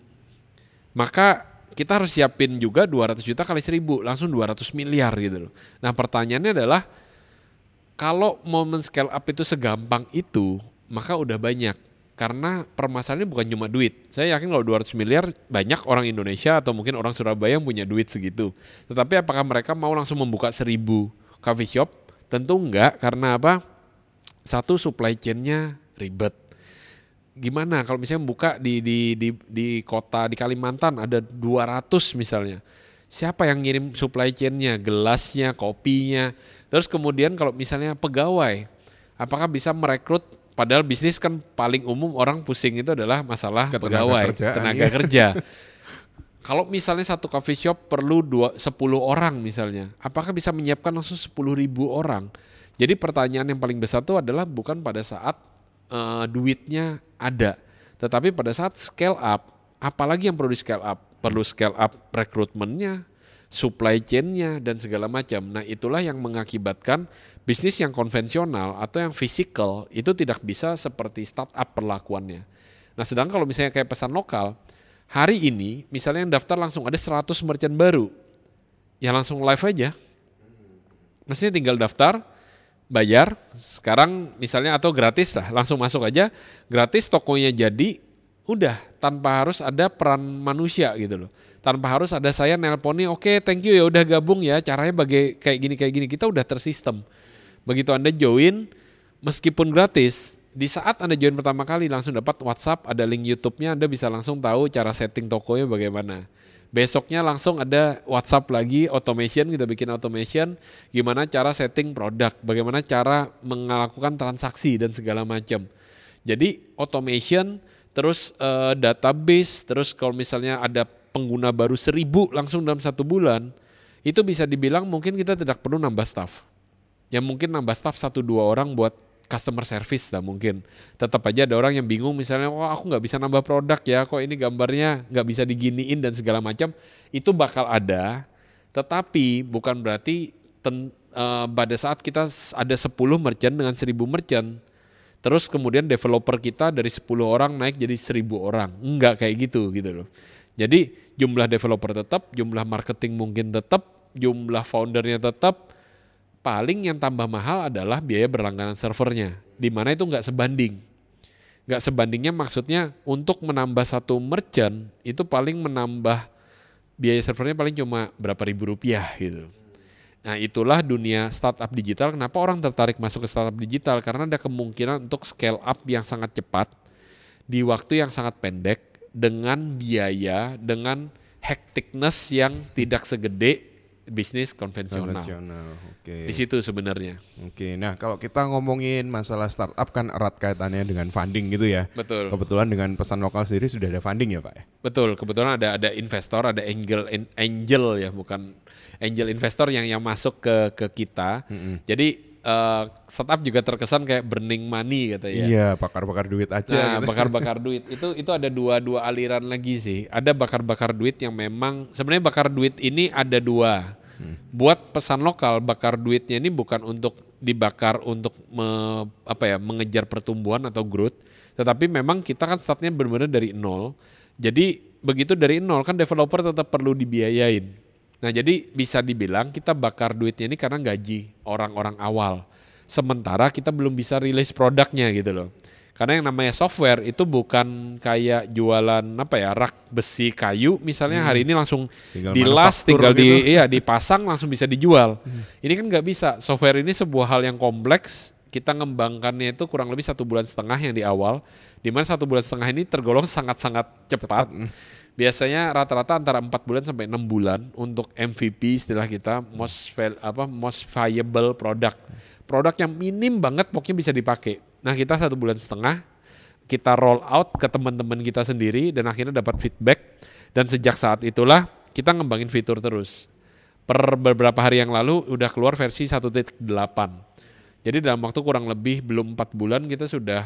S2: maka kita harus siapin juga dua ratus juta kali seribu, langsung dua ratus miliar gitu loh. Nah pertanyaannya adalah, kalau mau men-scale up itu segampang itu, maka udah banyak. Karena permasalahannya bukan cuma duit. Saya yakin kalau dua ratus miliar banyak orang Indonesia atau mungkin orang Surabaya yang punya duit segitu. Tetapi apakah mereka mau langsung membuka seribu coffee shop? Tentu enggak, karena apa? Satu, supply chain-nya ribet. Gimana kalau misalnya buka di, di, di, di kota di Kalimantan ada dua ratus misalnya. Siapa yang ngirim supply chain-nya, gelasnya, kopinya. Terus kemudian kalau misalnya pegawai, apakah bisa merekrut? Padahal bisnis kan paling umum orang pusing itu adalah masalah Ketenaga pegawai, tenaga iya. kerja. Kalau misalnya satu coffee shop perlu dua, sepuluh orang misalnya, apakah bisa menyiapkan langsung sepuluh ribu orang? Jadi pertanyaan yang paling besar itu adalah bukan pada saat uh, duitnya ada, tetapi pada saat scale up, apalagi yang perlu di scale up? Perlu scale up rekrutmennya, supply chain-nya, dan segala macam. Nah itulah yang mengakibatkan bisnis yang konvensional atau yang physical itu tidak bisa seperti startup perlakuannya. Nah sedangkan kalau misalnya kayak pesan lokal, hari ini misalnya yang daftar langsung ada seratus merchant baru, ya langsung live aja. Maksudnya tinggal daftar, bayar, sekarang misalnya atau gratis lah, langsung masuk aja, gratis tokonya jadi, udah tanpa harus ada peran manusia gitu loh. Tanpa harus ada saya nelponi, oke okay, thank you ya udah gabung ya, caranya bagai kayak gini kayak gini, kita udah tersistem. Begitu Anda join, meskipun gratis, di saat Anda join pertama kali langsung dapat WhatsApp, ada link YouTube-nya, Anda bisa langsung tahu cara setting tokonya bagaimana. Besoknya langsung ada WhatsApp lagi, automation, kita bikin automation, gimana cara setting produk, bagaimana cara melakukan transaksi dan segala macam. Jadi automation, terus uh, database, terus kalau misalnya ada pengguna baru seribu langsung dalam satu bulan, itu bisa dibilang mungkin kita tidak perlu nambah staff. Ya mungkin nambah staff satu dua orang buat customer service lah mungkin. Tetap aja ada orang yang bingung misalnya, kok aku nggak bisa nambah produk ya, kok ini gambarnya nggak bisa diginiin dan segala macam. Itu bakal ada, tetapi bukan berarti ten, uh, pada saat kita ada sepuluh merchant dengan seribu merchant, terus kemudian developer kita dari sepuluh orang naik jadi seribu orang. Enggak kayak gitu gitu loh. Jadi jumlah developer tetap, jumlah marketing mungkin tetap, jumlah foundernya tetap. Paling yang tambah mahal adalah biaya berlangganan servernya, di mana itu nggak sebanding. Nggak sebandingnya maksudnya untuk menambah satu merchant itu paling menambah biaya servernya paling cuma berapa ribu rupiah gitu. Nah itulah dunia startup digital. Kenapa orang tertarik masuk ke startup digital? Karena ada kemungkinan untuk scale up yang sangat cepat di waktu yang sangat pendek dengan biaya, dengan hecticness yang tidak segede bisnis konvensional.
S1: Konvensional, oke.
S2: Di situ sebenarnya.
S1: Oke, nah kalau kita ngomongin masalah startup kan erat kaitannya dengan funding gitu ya.
S2: Betul.
S1: Kebetulan dengan Pesan Lokal sendiri sudah ada funding ya Pak?
S2: Betul, kebetulan ada ada investor, ada angel angel ya, bukan angel investor yang yang masuk ke ke kita. Mm-hmm. Jadi uh, startup juga terkesan kayak burning money kata ya.
S1: Iya, bakar-bakar duit aja.
S2: Nah,
S1: gitu.
S2: bakar-bakar duit itu itu ada dua dua aliran lagi sih. Ada bakar-bakar duit yang memang sebenarnya bakar duit ini ada dua. Hmm. Buat Pesan Lokal, bakar duitnya ini bukan untuk dibakar untuk me, apa ya mengejar pertumbuhan atau growth, tetapi memang kita kan startnya benar-benar dari nol. Jadi begitu dari nol kan developer tetap perlu dibiayain. Nah jadi bisa dibilang kita bakar duitnya ini karena gaji orang-orang awal. Sementara kita belum bisa rilis produknya gitu loh. Karena yang namanya software itu bukan kayak jualan apa ya rak besi kayu misalnya hmm. hari ini langsung tinggal dilas tinggal gitu. di iya dipasang langsung bisa dijual. Hmm. Ini kan nggak bisa. Software ini sebuah hal yang kompleks. Kita ngembangkannya itu kurang lebih satu bulan setengah yang di awal. Di mana satu bulan setengah ini tergolong sangat-sangat cepat. cepat. Biasanya rata-rata antara empat bulan sampai enam bulan untuk M V P istilah kita most val, apa most viable product. Produk yang minim banget pokoknya bisa dipakai. Nah kita satu bulan setengah kita roll out ke teman-teman kita sendiri dan akhirnya dapat feedback dan sejak saat itulah kita ngembangin fitur terus. Per beberapa hari yang lalu udah keluar versi satu titik delapan. Jadi dalam waktu kurang lebih belum empat bulan kita sudah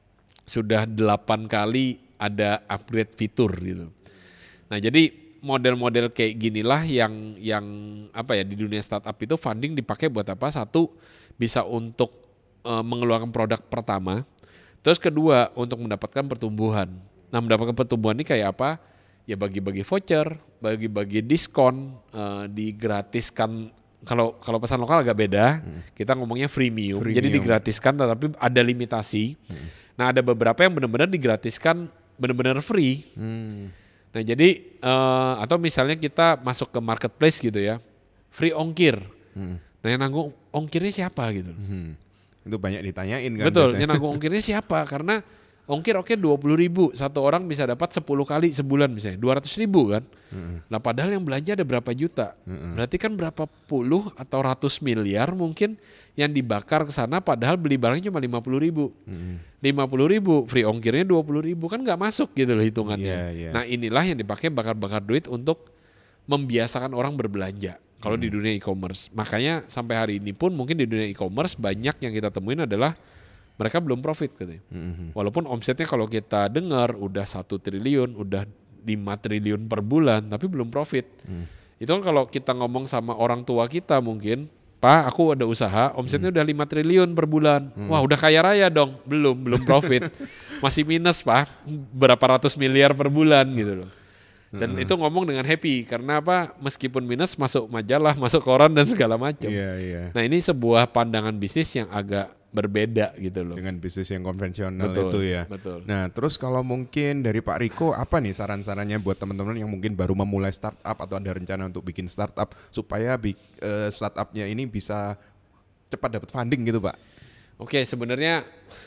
S2: sudah delapan kali ada upgrade fitur gitu. Nah jadi model-model kayak ginilah yang yang apa ya di dunia startup itu funding dipakai buat apa? Satu bisa untuk uh, mengeluarkan produk pertama. Terus kedua untuk mendapatkan pertumbuhan. Nah mendapatkan pertumbuhan ini kayak apa? Ya bagi-bagi voucher, bagi-bagi diskon, uh, digratiskan. Kalau kalau Pesan Lokal agak beda. Hmm. Kita ngomongnya freemium. freemium. Jadi digratiskan tetapi ada limitasi. Hmm. Nah ada beberapa yang benar-benar digratiskan benar-benar free. Hmm. Nah jadi uh, atau misalnya kita masuk ke marketplace gitu ya, free ongkir. Hmm. Nah yang nanggung ongkirnya siapa gitu. Hmm.
S1: Itu banyak ditanyain kan.
S2: Betul, biasanya. Yang nanggung ongkirnya siapa? Karena ongkir oke dua puluh ribu, satu orang bisa dapat sepuluh kali sebulan misalnya, dua ratus ribu kan. Hmm. Nah padahal yang belanja ada berapa juta. Hmm. Berarti kan berapa puluh atau ratus miliar mungkin yang dibakar ke sana padahal beli barangnya cuma lima puluh ribu. Hmm. lima puluh ribu, free ongkirnya dua puluh ribu kan gak masuk gitu loh hitungannya. Yeah, yeah. Nah inilah yang dipakai bakar-bakar duit untuk membiasakan orang berbelanja. Kalau hmm. di dunia e-commerce. Makanya sampai hari ini pun mungkin di dunia e-commerce banyak yang kita temuin adalah mereka belum profit gitu. Hmm. Walaupun omsetnya kalau kita dengar udah satu triliun, udah lima triliun per bulan, tapi belum profit. Hmm. Itu kan kalau kita ngomong sama orang tua kita mungkin, Pak aku ada usaha, omsetnya hmm. udah lima triliun per bulan. Hmm. Wah udah kaya raya dong. Belum, belum profit. Masih minus Pak, berapa ratus miliar per bulan gitu loh. Dan uh-huh. itu ngomong dengan happy karena apa? Meskipun minus masuk majalah, masuk koran dan segala macam.
S1: Yeah, yeah.
S2: Nah ini sebuah pandangan bisnis yang agak berbeda gitu loh.
S1: Dengan bisnis yang konvensional
S2: betul,
S1: itu ya.
S2: Betul.
S1: Nah terus kalau mungkin dari Pak Riko apa nih saran-sarannya buat teman-teman yang mungkin baru memulai startup atau ada rencana untuk bikin startup supaya uh, startupnya ini bisa cepat dapat funding gitu Pak?
S2: Oke sebenarnya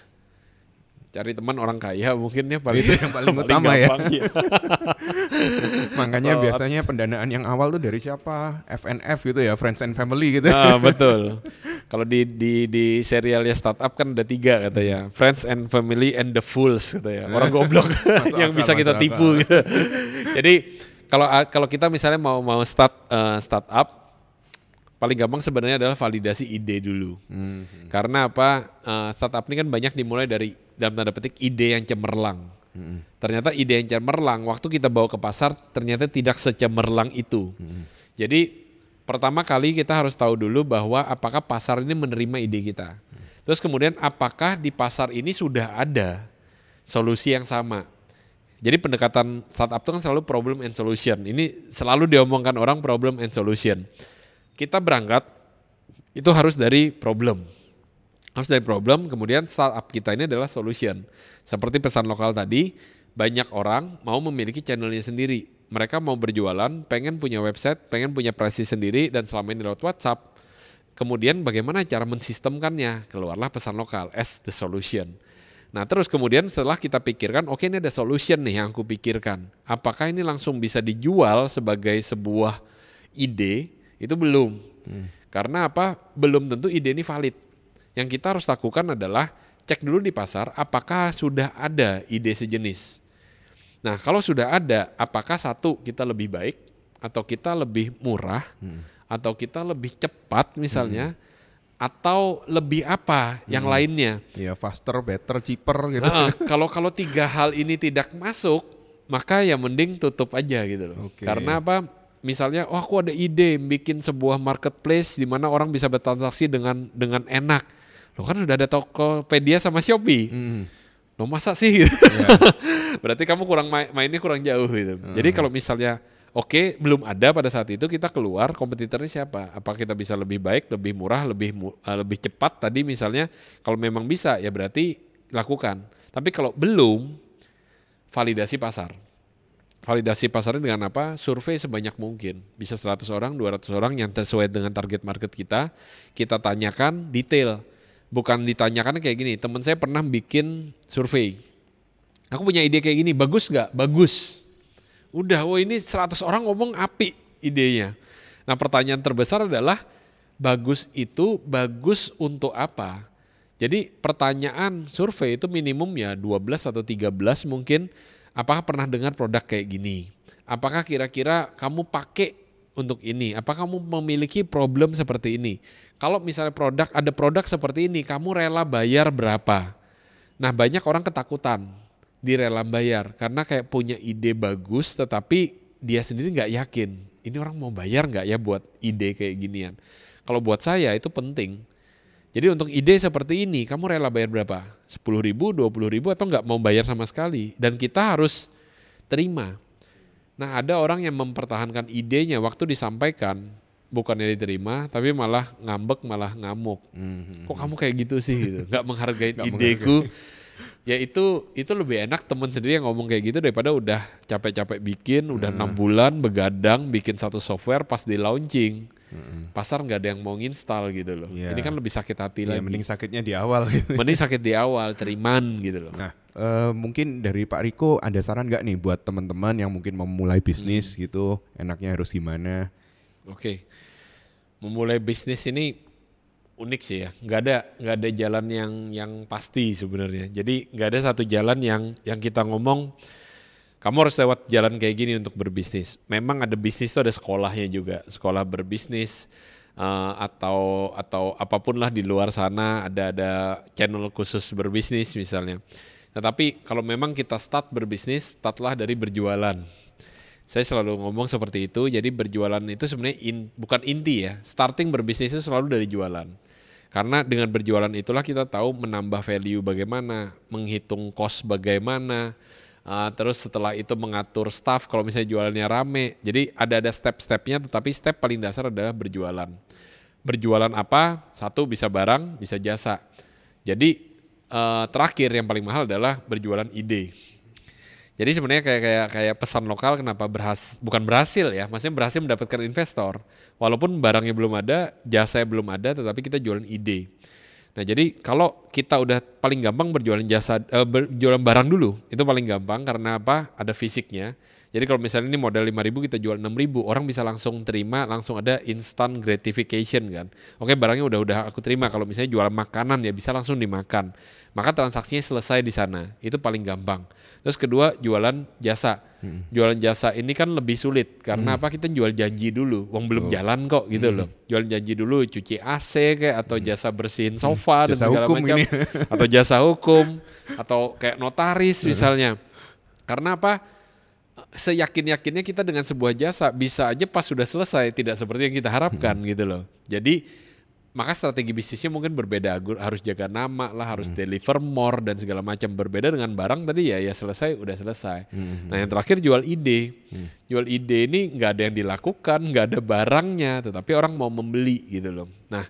S2: cari teman orang kaya mungkin ya paling
S1: itu yang paling utama ya.
S2: ya.
S1: Makanya oh, biasanya pendanaan yang awal tuh dari siapa? F and F gitu ya, Friends and Family gitu.
S2: Ah, betul. Kalau di di di serialnya startup kan ada tiga katanya, Friends and Family and the Fools katanya. Orang goblok yang akal, bisa kita tipu gitu. Jadi kalau kalau kita misalnya mau mau start uh, startup paling gampang sebenarnya adalah validasi ide dulu. Hmm. Karena apa? Uh, startup ini kan banyak dimulai dari dalam tanda petik ide yang cemerlang. Hmm. Ternyata ide yang cemerlang waktu kita bawa ke pasar ternyata tidak secemerlang itu. Hmm. Jadi pertama kali kita harus tahu dulu bahwa apakah pasar ini menerima ide kita. Hmm. Terus kemudian apakah di pasar ini sudah ada solusi yang sama. Jadi pendekatan startup itu kan selalu problem and solution. Ini selalu diomongkan orang problem and solution. Kita berangkat itu harus dari problem. Harus dari problem, kemudian startup kita ini adalah solution. Seperti pesan lokal tadi, banyak orang mau memiliki channelnya sendiri. Mereka mau berjualan, pengen punya website, pengen punya pricing sendiri, dan selama ini lewat WhatsApp. Kemudian bagaimana cara mensistemkannya? Keluarlah pesan lokal as the solution. Nah terus kemudian setelah kita pikirkan, oke okay, ini ada solution nih yang aku pikirkan. Apakah ini langsung bisa dijual sebagai sebuah ide? Itu belum. Hmm. Karena apa? Belum tentu ide ini valid. Yang kita harus lakukan adalah cek dulu di pasar apakah sudah ada ide sejenis. Nah kalau sudah ada, apakah satu kita lebih baik atau kita lebih murah hmm. atau kita lebih cepat misalnya hmm. atau lebih apa yang hmm. lainnya?
S1: Ya faster, better, cheaper gitu.
S2: Nah, kalau kalau tiga hal ini tidak masuk, maka ya mending tutup aja gitu loh. Okay. Karena apa? Misalnya, oh aku ada ide bikin sebuah marketplace di mana orang bisa bertransaksi dengan dengan enak. Lo kan sudah ada Tokopedia sama Shopee. Mm. Lo masa sih? Yeah. Berarti kamu kurang main, mainnya kurang jauh gitu. Uh. Jadi kalau misalnya oke okay, belum ada pada saat itu, kita keluar kompetitornya siapa? Apa kita bisa lebih baik, lebih murah, lebih uh, lebih cepat tadi misalnya. Kalau memang bisa ya berarti lakukan. Tapi kalau belum, validasi pasar. Validasi pasarnya dengan apa? Survei sebanyak mungkin. Bisa seratus orang, dua ratus orang yang sesuai dengan target market kita. Kita tanyakan detail. Bukan ditanyakan kayak gini, teman saya pernah bikin survei. Aku punya ide kayak gini, bagus gak? Bagus. Udah, oh ini seratus orang ngomong api idenya. Nah pertanyaan terbesar adalah, bagus itu bagus untuk apa? Jadi pertanyaan survei itu minimum ya dua belas atau tiga belas mungkin. Apakah pernah dengar produk kayak gini? Apakah kira-kira kamu pakai untuk ini? Apa kamu memiliki problem seperti ini? Kalau misalnya produk ada produk seperti ini, kamu rela bayar berapa? Nah banyak orang ketakutan di rela bayar karena kayak punya ide bagus, tetapi dia sendiri nggak yakin. Ini orang mau bayar nggak ya buat ide kayak ginian? Kalau buat saya itu penting. Jadi untuk ide seperti ini, kamu rela bayar berapa? sepuluh ribu, dua puluh ribu atau nggak mau bayar sama sekali? Dan kita harus terima. Nah ada orang yang mempertahankan idenya waktu disampaikan, bukannya diterima, tapi malah ngambek, malah ngamuk. Mm-hmm. Kok kamu kayak gitu sih? Gitu. Gak menghargai ideku. Ya itu itu lebih enak teman sendiri yang ngomong kayak gitu daripada udah capek-capek bikin, udah enam mm. bulan begadang bikin satu software pas di launching. Mm-hmm. Pasar gak ada yang mau nginstal gitu loh. Yeah. Ini kan lebih sakit hati yeah, lagi.
S1: Mending sakitnya di awal gitu.
S2: Mending sakit di awal, teriman gitu loh.
S1: Nah, uh, mungkin dari Pak Riko ada saran gak nih buat teman-teman yang mungkin mau memulai bisnis hmm. gitu, enaknya harus gimana?
S2: Oke, okay. Memulai bisnis ini unik sih ya. Nggak ada nggak ada jalan yang yang pasti sebenarnya. Jadi nggak ada satu jalan yang yang kita ngomong kamu harus lewat jalan kayak gini untuk berbisnis. Memang ada bisnis itu ada sekolahnya juga, sekolah berbisnis uh, atau atau apapun lah di luar sana ada ada channel khusus berbisnis misalnya. Nah, tapi kalau memang kita start berbisnis, startlah dari berjualan. Saya selalu ngomong seperti itu. Jadi berjualan itu sebenarnya in, bukan inti ya. Starting berbisnis itu selalu dari jualan. Karena dengan berjualan itulah kita tahu menambah value bagaimana, menghitung cost bagaimana. Uh, terus setelah itu mengatur staff kalau misalnya jualannya rame. Jadi ada-ada step-stepnya, tetapi step paling dasar adalah berjualan. Berjualan apa? Satu bisa barang, bisa jasa. Jadi uh, terakhir yang paling mahal adalah berjualan ide. Jadi sebenarnya kayak kayak kayak pesan lokal kenapa berhasil, bukan berhasil ya, maksudnya berhasil mendapatkan investor. Walaupun barangnya belum ada, jasanya belum ada, tetapi kita jualan ide. Nah jadi kalau kita udah paling gampang berjualan jasa, uh, berjualan barang dulu, itu paling gampang karena apa? Ada fisiknya. Jadi kalau misalnya ini modal lima ribu kita jual enam ribu, orang bisa langsung terima, langsung ada instant gratification kan. Oke barangnya udah udah aku terima, kalau misalnya jualan makanan ya bisa langsung dimakan. Maka transaksinya selesai di sana, itu paling gampang. Terus kedua jualan jasa. Hmm. Jualan jasa ini kan lebih sulit karena hmm. apa? Kita jual janji dulu, uang belum oh. jalan kok gitu hmm. loh. Jual janji dulu, cuci A C kayak atau hmm. jasa bersihin sofa hmm. dan segala macam, atau jasa hukum atau kayak notaris hmm. misalnya. Karena apa? Seyakin-yakinnya kita dengan sebuah jasa bisa aja pas sudah selesai tidak seperti yang kita harapkan hmm. gitu loh. Jadi maka strategi bisnisnya mungkin berbeda, harus jaga nama lah, harus hmm. deliver more dan segala macam. Berbeda dengan barang tadi ya ya selesai udah selesai. Hmm. Nah yang terakhir jual ide. Hmm. Jual ide ini nggak ada yang dilakukan, nggak ada barangnya, tetapi orang mau membeli gitu loh. Nah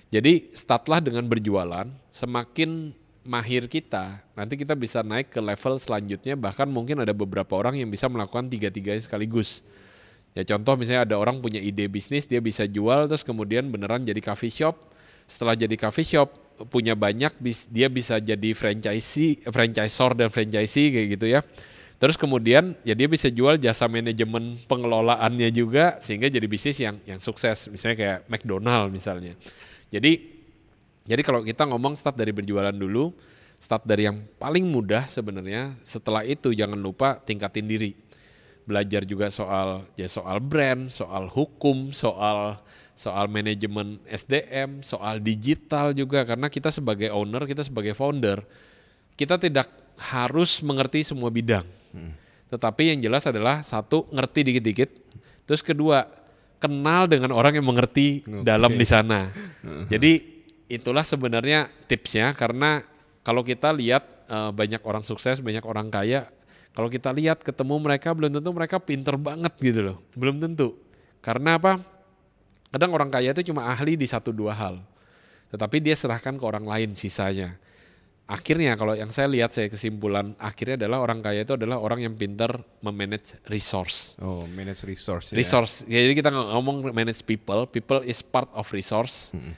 S2: Jadi startlah dengan berjualan, semakin mahir kita, nanti kita bisa naik ke level selanjutnya, bahkan mungkin ada beberapa orang yang bisa melakukan tiga-tiganya sekaligus. Ya contoh misalnya ada orang punya ide bisnis, dia bisa jual terus kemudian beneran jadi coffee shop. Setelah jadi coffee shop, punya banyak, dia bisa jadi franchisee, franchisor dan franchisee kayak gitu ya. Terus kemudian ya dia bisa jual jasa manajemen pengelolaannya juga sehingga jadi bisnis yang yang sukses, misalnya kayak McDonald misalnya. Jadi jadi kalau kita ngomong start dari berjualan dulu, start dari yang paling mudah sebenarnya. Setelah itu jangan lupa tingkatin diri. Belajar juga soal ya soal brand, soal hukum, soal soal manajemen S D M, soal digital juga, karena kita sebagai owner, kita sebagai founder, kita tidak harus mengerti semua bidang. Hmm. Tetapi yang jelas adalah satu, ngerti dikit-dikit. Terus kedua, kenal dengan orang yang mengerti okay. dalam di sana. Uh-huh. Jadi itulah sebenarnya tipsnya, karena kalau kita lihat uh, banyak orang sukses, banyak orang kaya, kalau kita lihat ketemu mereka belum tentu mereka pinter banget gitu loh. Belum tentu. Karena apa? Kadang orang kaya itu cuma ahli di satu dua hal. Tetapi dia serahkan ke orang lain sisanya. Akhirnya kalau yang saya lihat, saya kesimpulan akhirnya adalah orang kaya itu adalah orang yang pintar memanage resource.
S1: Oh, manage resource.
S2: Resource. Ya. Jadi kita ngomong manage people. People is part of resource. Hmm.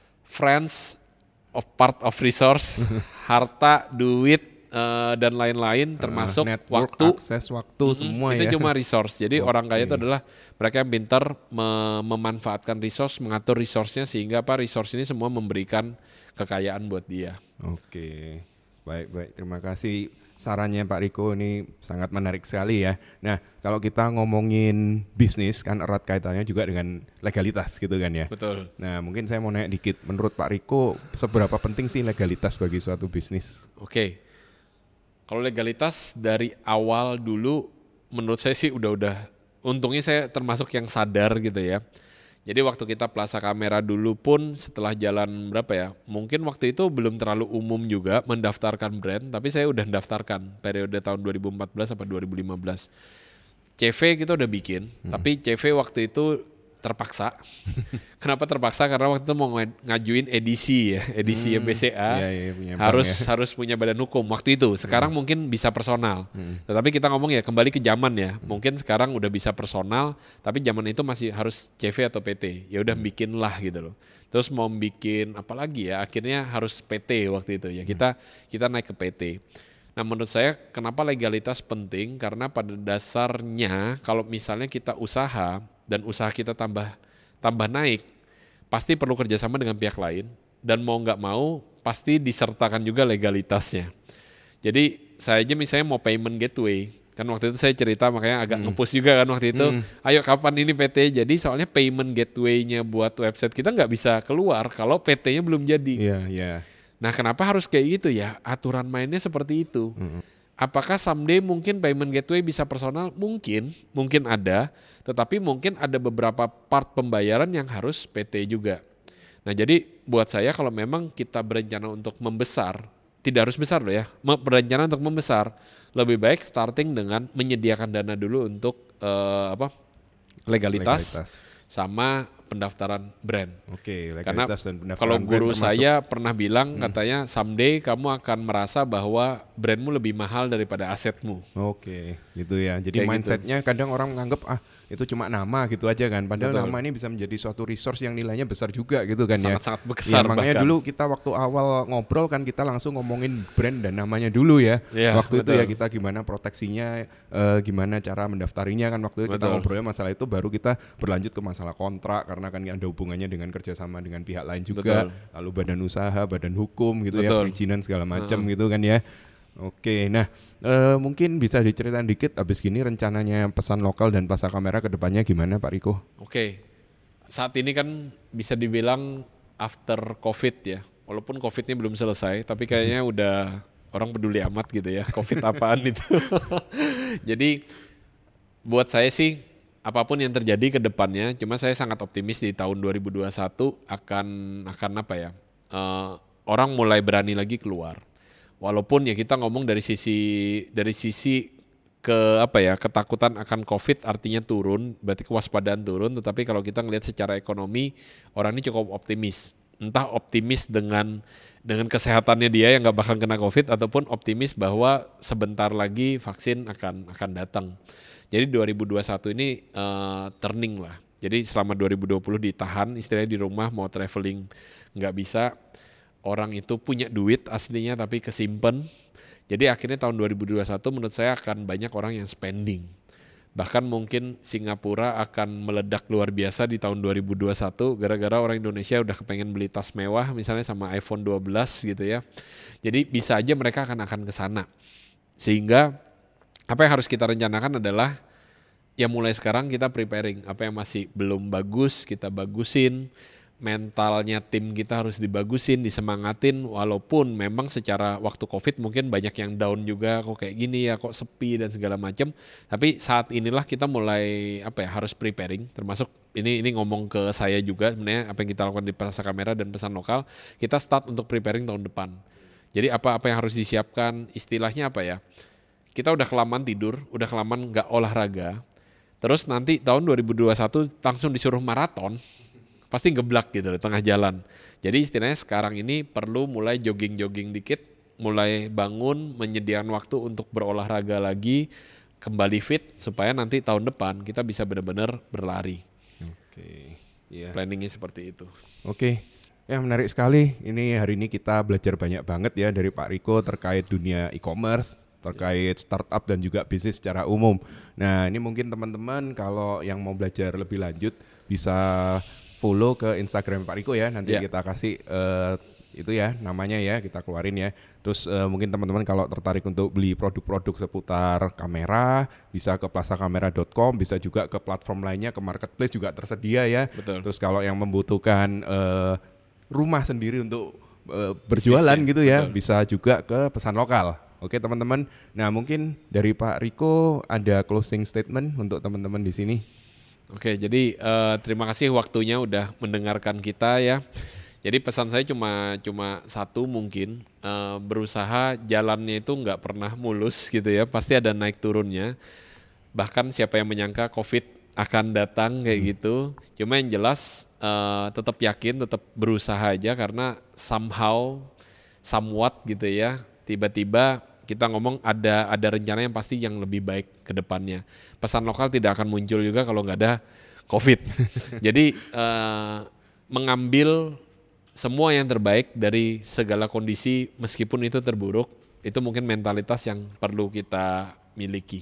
S2: Friends of part of resource. Harta, duit, uh, dan lain-lain termasuk uh, network, waktu.
S1: Akses waktu hmm, semua
S2: itu
S1: ya.
S2: Itu cuma resource. Jadi okay. orang kaya itu adalah mereka yang pintar me- memanfaatkan resource, mengatur resource-nya sehingga apa resource ini semua memberikan kekayaan buat dia.
S1: Oke, baik-baik. Terima kasih sarannya Pak Riko, ini sangat menarik sekali ya. Nah, kalau kita ngomongin bisnis kan erat kaitannya juga dengan legalitas gitu kan ya.
S2: Betul.
S1: Nah, mungkin saya mau nanya dikit, menurut Pak Riko seberapa penting sih legalitas bagi suatu bisnis?
S2: Oke, kalau legalitas dari awal dulu menurut saya sih udah-udah, untungnya saya termasuk yang sadar gitu ya. Jadi waktu kita Plaza Kamera dulu pun setelah jalan berapa ya, mungkin waktu itu belum terlalu umum juga mendaftarkan brand, tapi saya udah mendaftarkan periode tahun dua ribu empat belas sampai dua ribu lima belas. C V kita udah bikin, hmm. tapi C V waktu itu terpaksa. Kenapa terpaksa? Karena waktu itu mau ngajuin edisi ya, edisi hmm. B C A, ya, ya, punya harus ya. harus punya badan hukum waktu itu. Sekarang hmm. mungkin bisa personal, hmm. tetapi kita ngomong ya kembali ke zaman ya. Hmm. Mungkin sekarang udah bisa personal, tapi zaman itu masih harus C V atau P T. Ya udah hmm. bikin lah gitu loh. Terus mau bikin apa lagi ya? Akhirnya harus P T waktu itu ya. Kita hmm. kita naik ke P T. Nah menurut saya kenapa legalitas penting? Karena pada dasarnya kalau misalnya kita usaha dan usaha kita tambah tambah naik, pasti perlu kerjasama dengan pihak lain, dan mau nggak mau pasti disertakan juga legalitasnya. Jadi saya aja misalnya mau payment gateway, kan waktu itu saya cerita makanya agak hmm. nge-push juga kan waktu itu, hmm. ayo kapan ini P T, jadi soalnya payment gateway-nya buat website kita nggak bisa keluar kalau P T-nya belum jadi.
S1: Yeah, yeah.
S2: Nah kenapa harus kayak gitu ya, aturan mainnya seperti itu. Hmm. Apakah someday mungkin payment gateway bisa personal? Mungkin, mungkin ada, tetapi mungkin ada beberapa part pembayaran yang harus P T juga. Nah jadi buat saya kalau memang kita berencana untuk membesar, tidak harus besar loh ya, berencana untuk membesar, lebih baik starting dengan menyediakan dana dulu untuk uh, apa legalitas, legalitas sama pendaftaran brand.
S1: Oke, legalitas
S2: karena
S1: dan pendaftaran
S2: kalau guru
S1: brand
S2: saya pernah bilang hmm. katanya someday kamu akan merasa bahwa brandmu lebih mahal daripada asetmu.
S1: Oke, gitu ya. Jadi kayak mindsetnya gitu. Kadang orang menganggap ah itu cuma nama gitu aja kan. Padahal Betul. nama ini bisa menjadi suatu resource yang nilainya besar juga gitu kan.
S2: Sangat-sangat
S1: ya.
S2: besar.
S1: Ya, makanya
S2: bahkan.
S1: dulu kita waktu awal ngobrol kan kita langsung ngomongin brand dan namanya dulu ya.
S2: ya
S1: waktu
S2: betul.
S1: itu ya kita gimana proteksinya, uh, gimana cara mendaftarnya kan waktu itu kita ngobrolnya masalah itu, baru kita berlanjut ke masalah kontrak karena kan ada hubungannya dengan kerjasama dengan pihak lain juga. Betul. Lalu badan usaha, badan hukum gitu Betul. ya, perizinan segala macam uh-huh. gitu kan ya. Oke, nah e, mungkin bisa diceritain dikit abis gini rencananya Pesan Lokal dan Plaza Kamera ke depannya gimana Pak Riko?
S2: Oke, saat ini kan bisa dibilang after COVID ya, walaupun COVID-nya belum selesai, tapi kayaknya hmm. udah orang peduli amat gitu ya, COVID apaan itu. Jadi buat saya sih apapun yang terjadi ke depannya, cuma saya sangat optimis di tahun dua ribu dua puluh satu akan akan apa ya, uh, orang mulai berani lagi keluar. Walaupun ya kita ngomong dari sisi dari sisi ke apa ya, ketakutan akan COVID artinya turun, berarti kewaspadaan turun, tetapi kalau kita ngelihat secara ekonomi orang ini cukup optimis. Entah optimis dengan dengan kesehatannya dia yang nggak bakal kena COVID, ataupun optimis bahwa sebentar lagi vaksin akan akan datang. Jadi dua ribu dua puluh satu ini uh, turning lah. Jadi selama dua ribu dua puluh ditahan, istilahnya di rumah, mau traveling nggak bisa. Orang itu punya duit aslinya tapi kesimpan. Jadi akhirnya tahun dua ribu dua puluh satu menurut saya akan banyak orang yang spending. Bahkan mungkin Singapura akan meledak luar biasa di tahun dua ribu dua puluh satu gara-gara orang Indonesia udah kepengen beli tas mewah misalnya sama iPhone dua belas gitu ya. Jadi bisa aja mereka akan akan ke sana. Sehingga apa yang harus kita rencanakan adalah ya mulai sekarang kita preparing. Apa yang masih belum bagus kita bagusin. Mentalnya tim kita harus dibagusin, disemangatin, walaupun memang secara waktu COVID mungkin banyak yang down juga, kok kayak gini ya, kok sepi dan segala macam. Tapi saat inilah kita mulai apa ya harus preparing, termasuk ini ini ngomong ke saya juga sebenarnya apa yang kita lakukan di Perasa Kamera dan Pesan Lokal, kita start untuk preparing tahun depan. Jadi apa-apa yang harus disiapkan, istilahnya apa ya? Kita udah kelamaan tidur, udah kelamaan nggak olahraga, terus nanti tahun dua ribu dua puluh satu langsung disuruh maraton. Pasti geblak gitu di tengah jalan. Jadi istilahnya sekarang ini perlu mulai jogging-jogging dikit, mulai bangun, menyediakan waktu untuk berolahraga lagi, kembali fit supaya nanti tahun depan kita bisa benar-benar berlari.
S1: Oke, yeah.
S2: Planningnya seperti itu.
S1: Oke, ya menarik sekali. Ini hari ini kita belajar banyak banget ya dari Pak Riko terkait dunia e-commerce, terkait startup dan juga bisnis secara umum. Nah ini mungkin teman-teman kalau yang mau belajar lebih lanjut bisa follow ke Instagram Pak Riko ya, nanti yeah. kita kasih uh, itu ya namanya ya, kita keluarin ya. Terus uh, mungkin teman-teman kalau tertarik untuk beli produk-produk seputar kamera bisa ke plaza kamera dot com, bisa juga ke platform lainnya, ke marketplace juga tersedia ya.
S2: Betul. Terus
S1: kalau yang membutuhkan uh, rumah sendiri untuk uh, berjualan Bisnis, gitu ya, betul. Bisa juga ke Pesan Lokal. Oke teman-teman, nah mungkin dari Pak Riko ada closing statement untuk teman-teman di sini.
S2: Oke, jadi uh, terima kasih waktunya udah mendengarkan kita ya. Jadi pesan saya cuma cuma satu mungkin, uh, berusaha jalannya itu nggak pernah mulus gitu ya, pasti ada naik turunnya. Bahkan siapa yang menyangka COVID akan datang kayak hmm. gitu. Cuma yang jelas uh, tetap yakin, tetap berusaha aja karena somehow, somewhat gitu ya, tiba-tiba kita ngomong ada ada rencana yang pasti yang lebih baik ke depannya. Pesan Lokal tidak akan muncul juga kalau nggak ada COVID. Jadi uh, mengambil semua yang terbaik dari segala kondisi meskipun itu terburuk, itu mungkin mentalitas yang perlu kita miliki.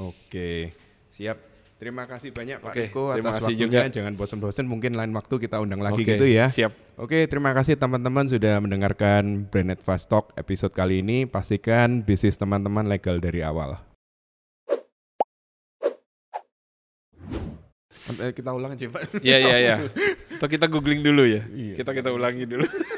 S1: Oke, siap. Terima kasih banyak Pak
S2: Oke,
S1: Riko
S2: atas
S1: waktunya.
S2: Juga.
S1: Jangan bosan-bosan, mungkin lain waktu kita undang lagi
S2: Oke,
S1: gitu ya.
S2: Siap.
S1: Oke, terima kasih teman-teman sudah mendengarkan Brand Advice Talk episode kali ini. Pastikan bisnis teman-teman legal dari awal. Kita ulang aja Pak.
S2: Iya, iya, iya. Atau kita googling dulu ya. Iya. Kita kita ulangi dulu.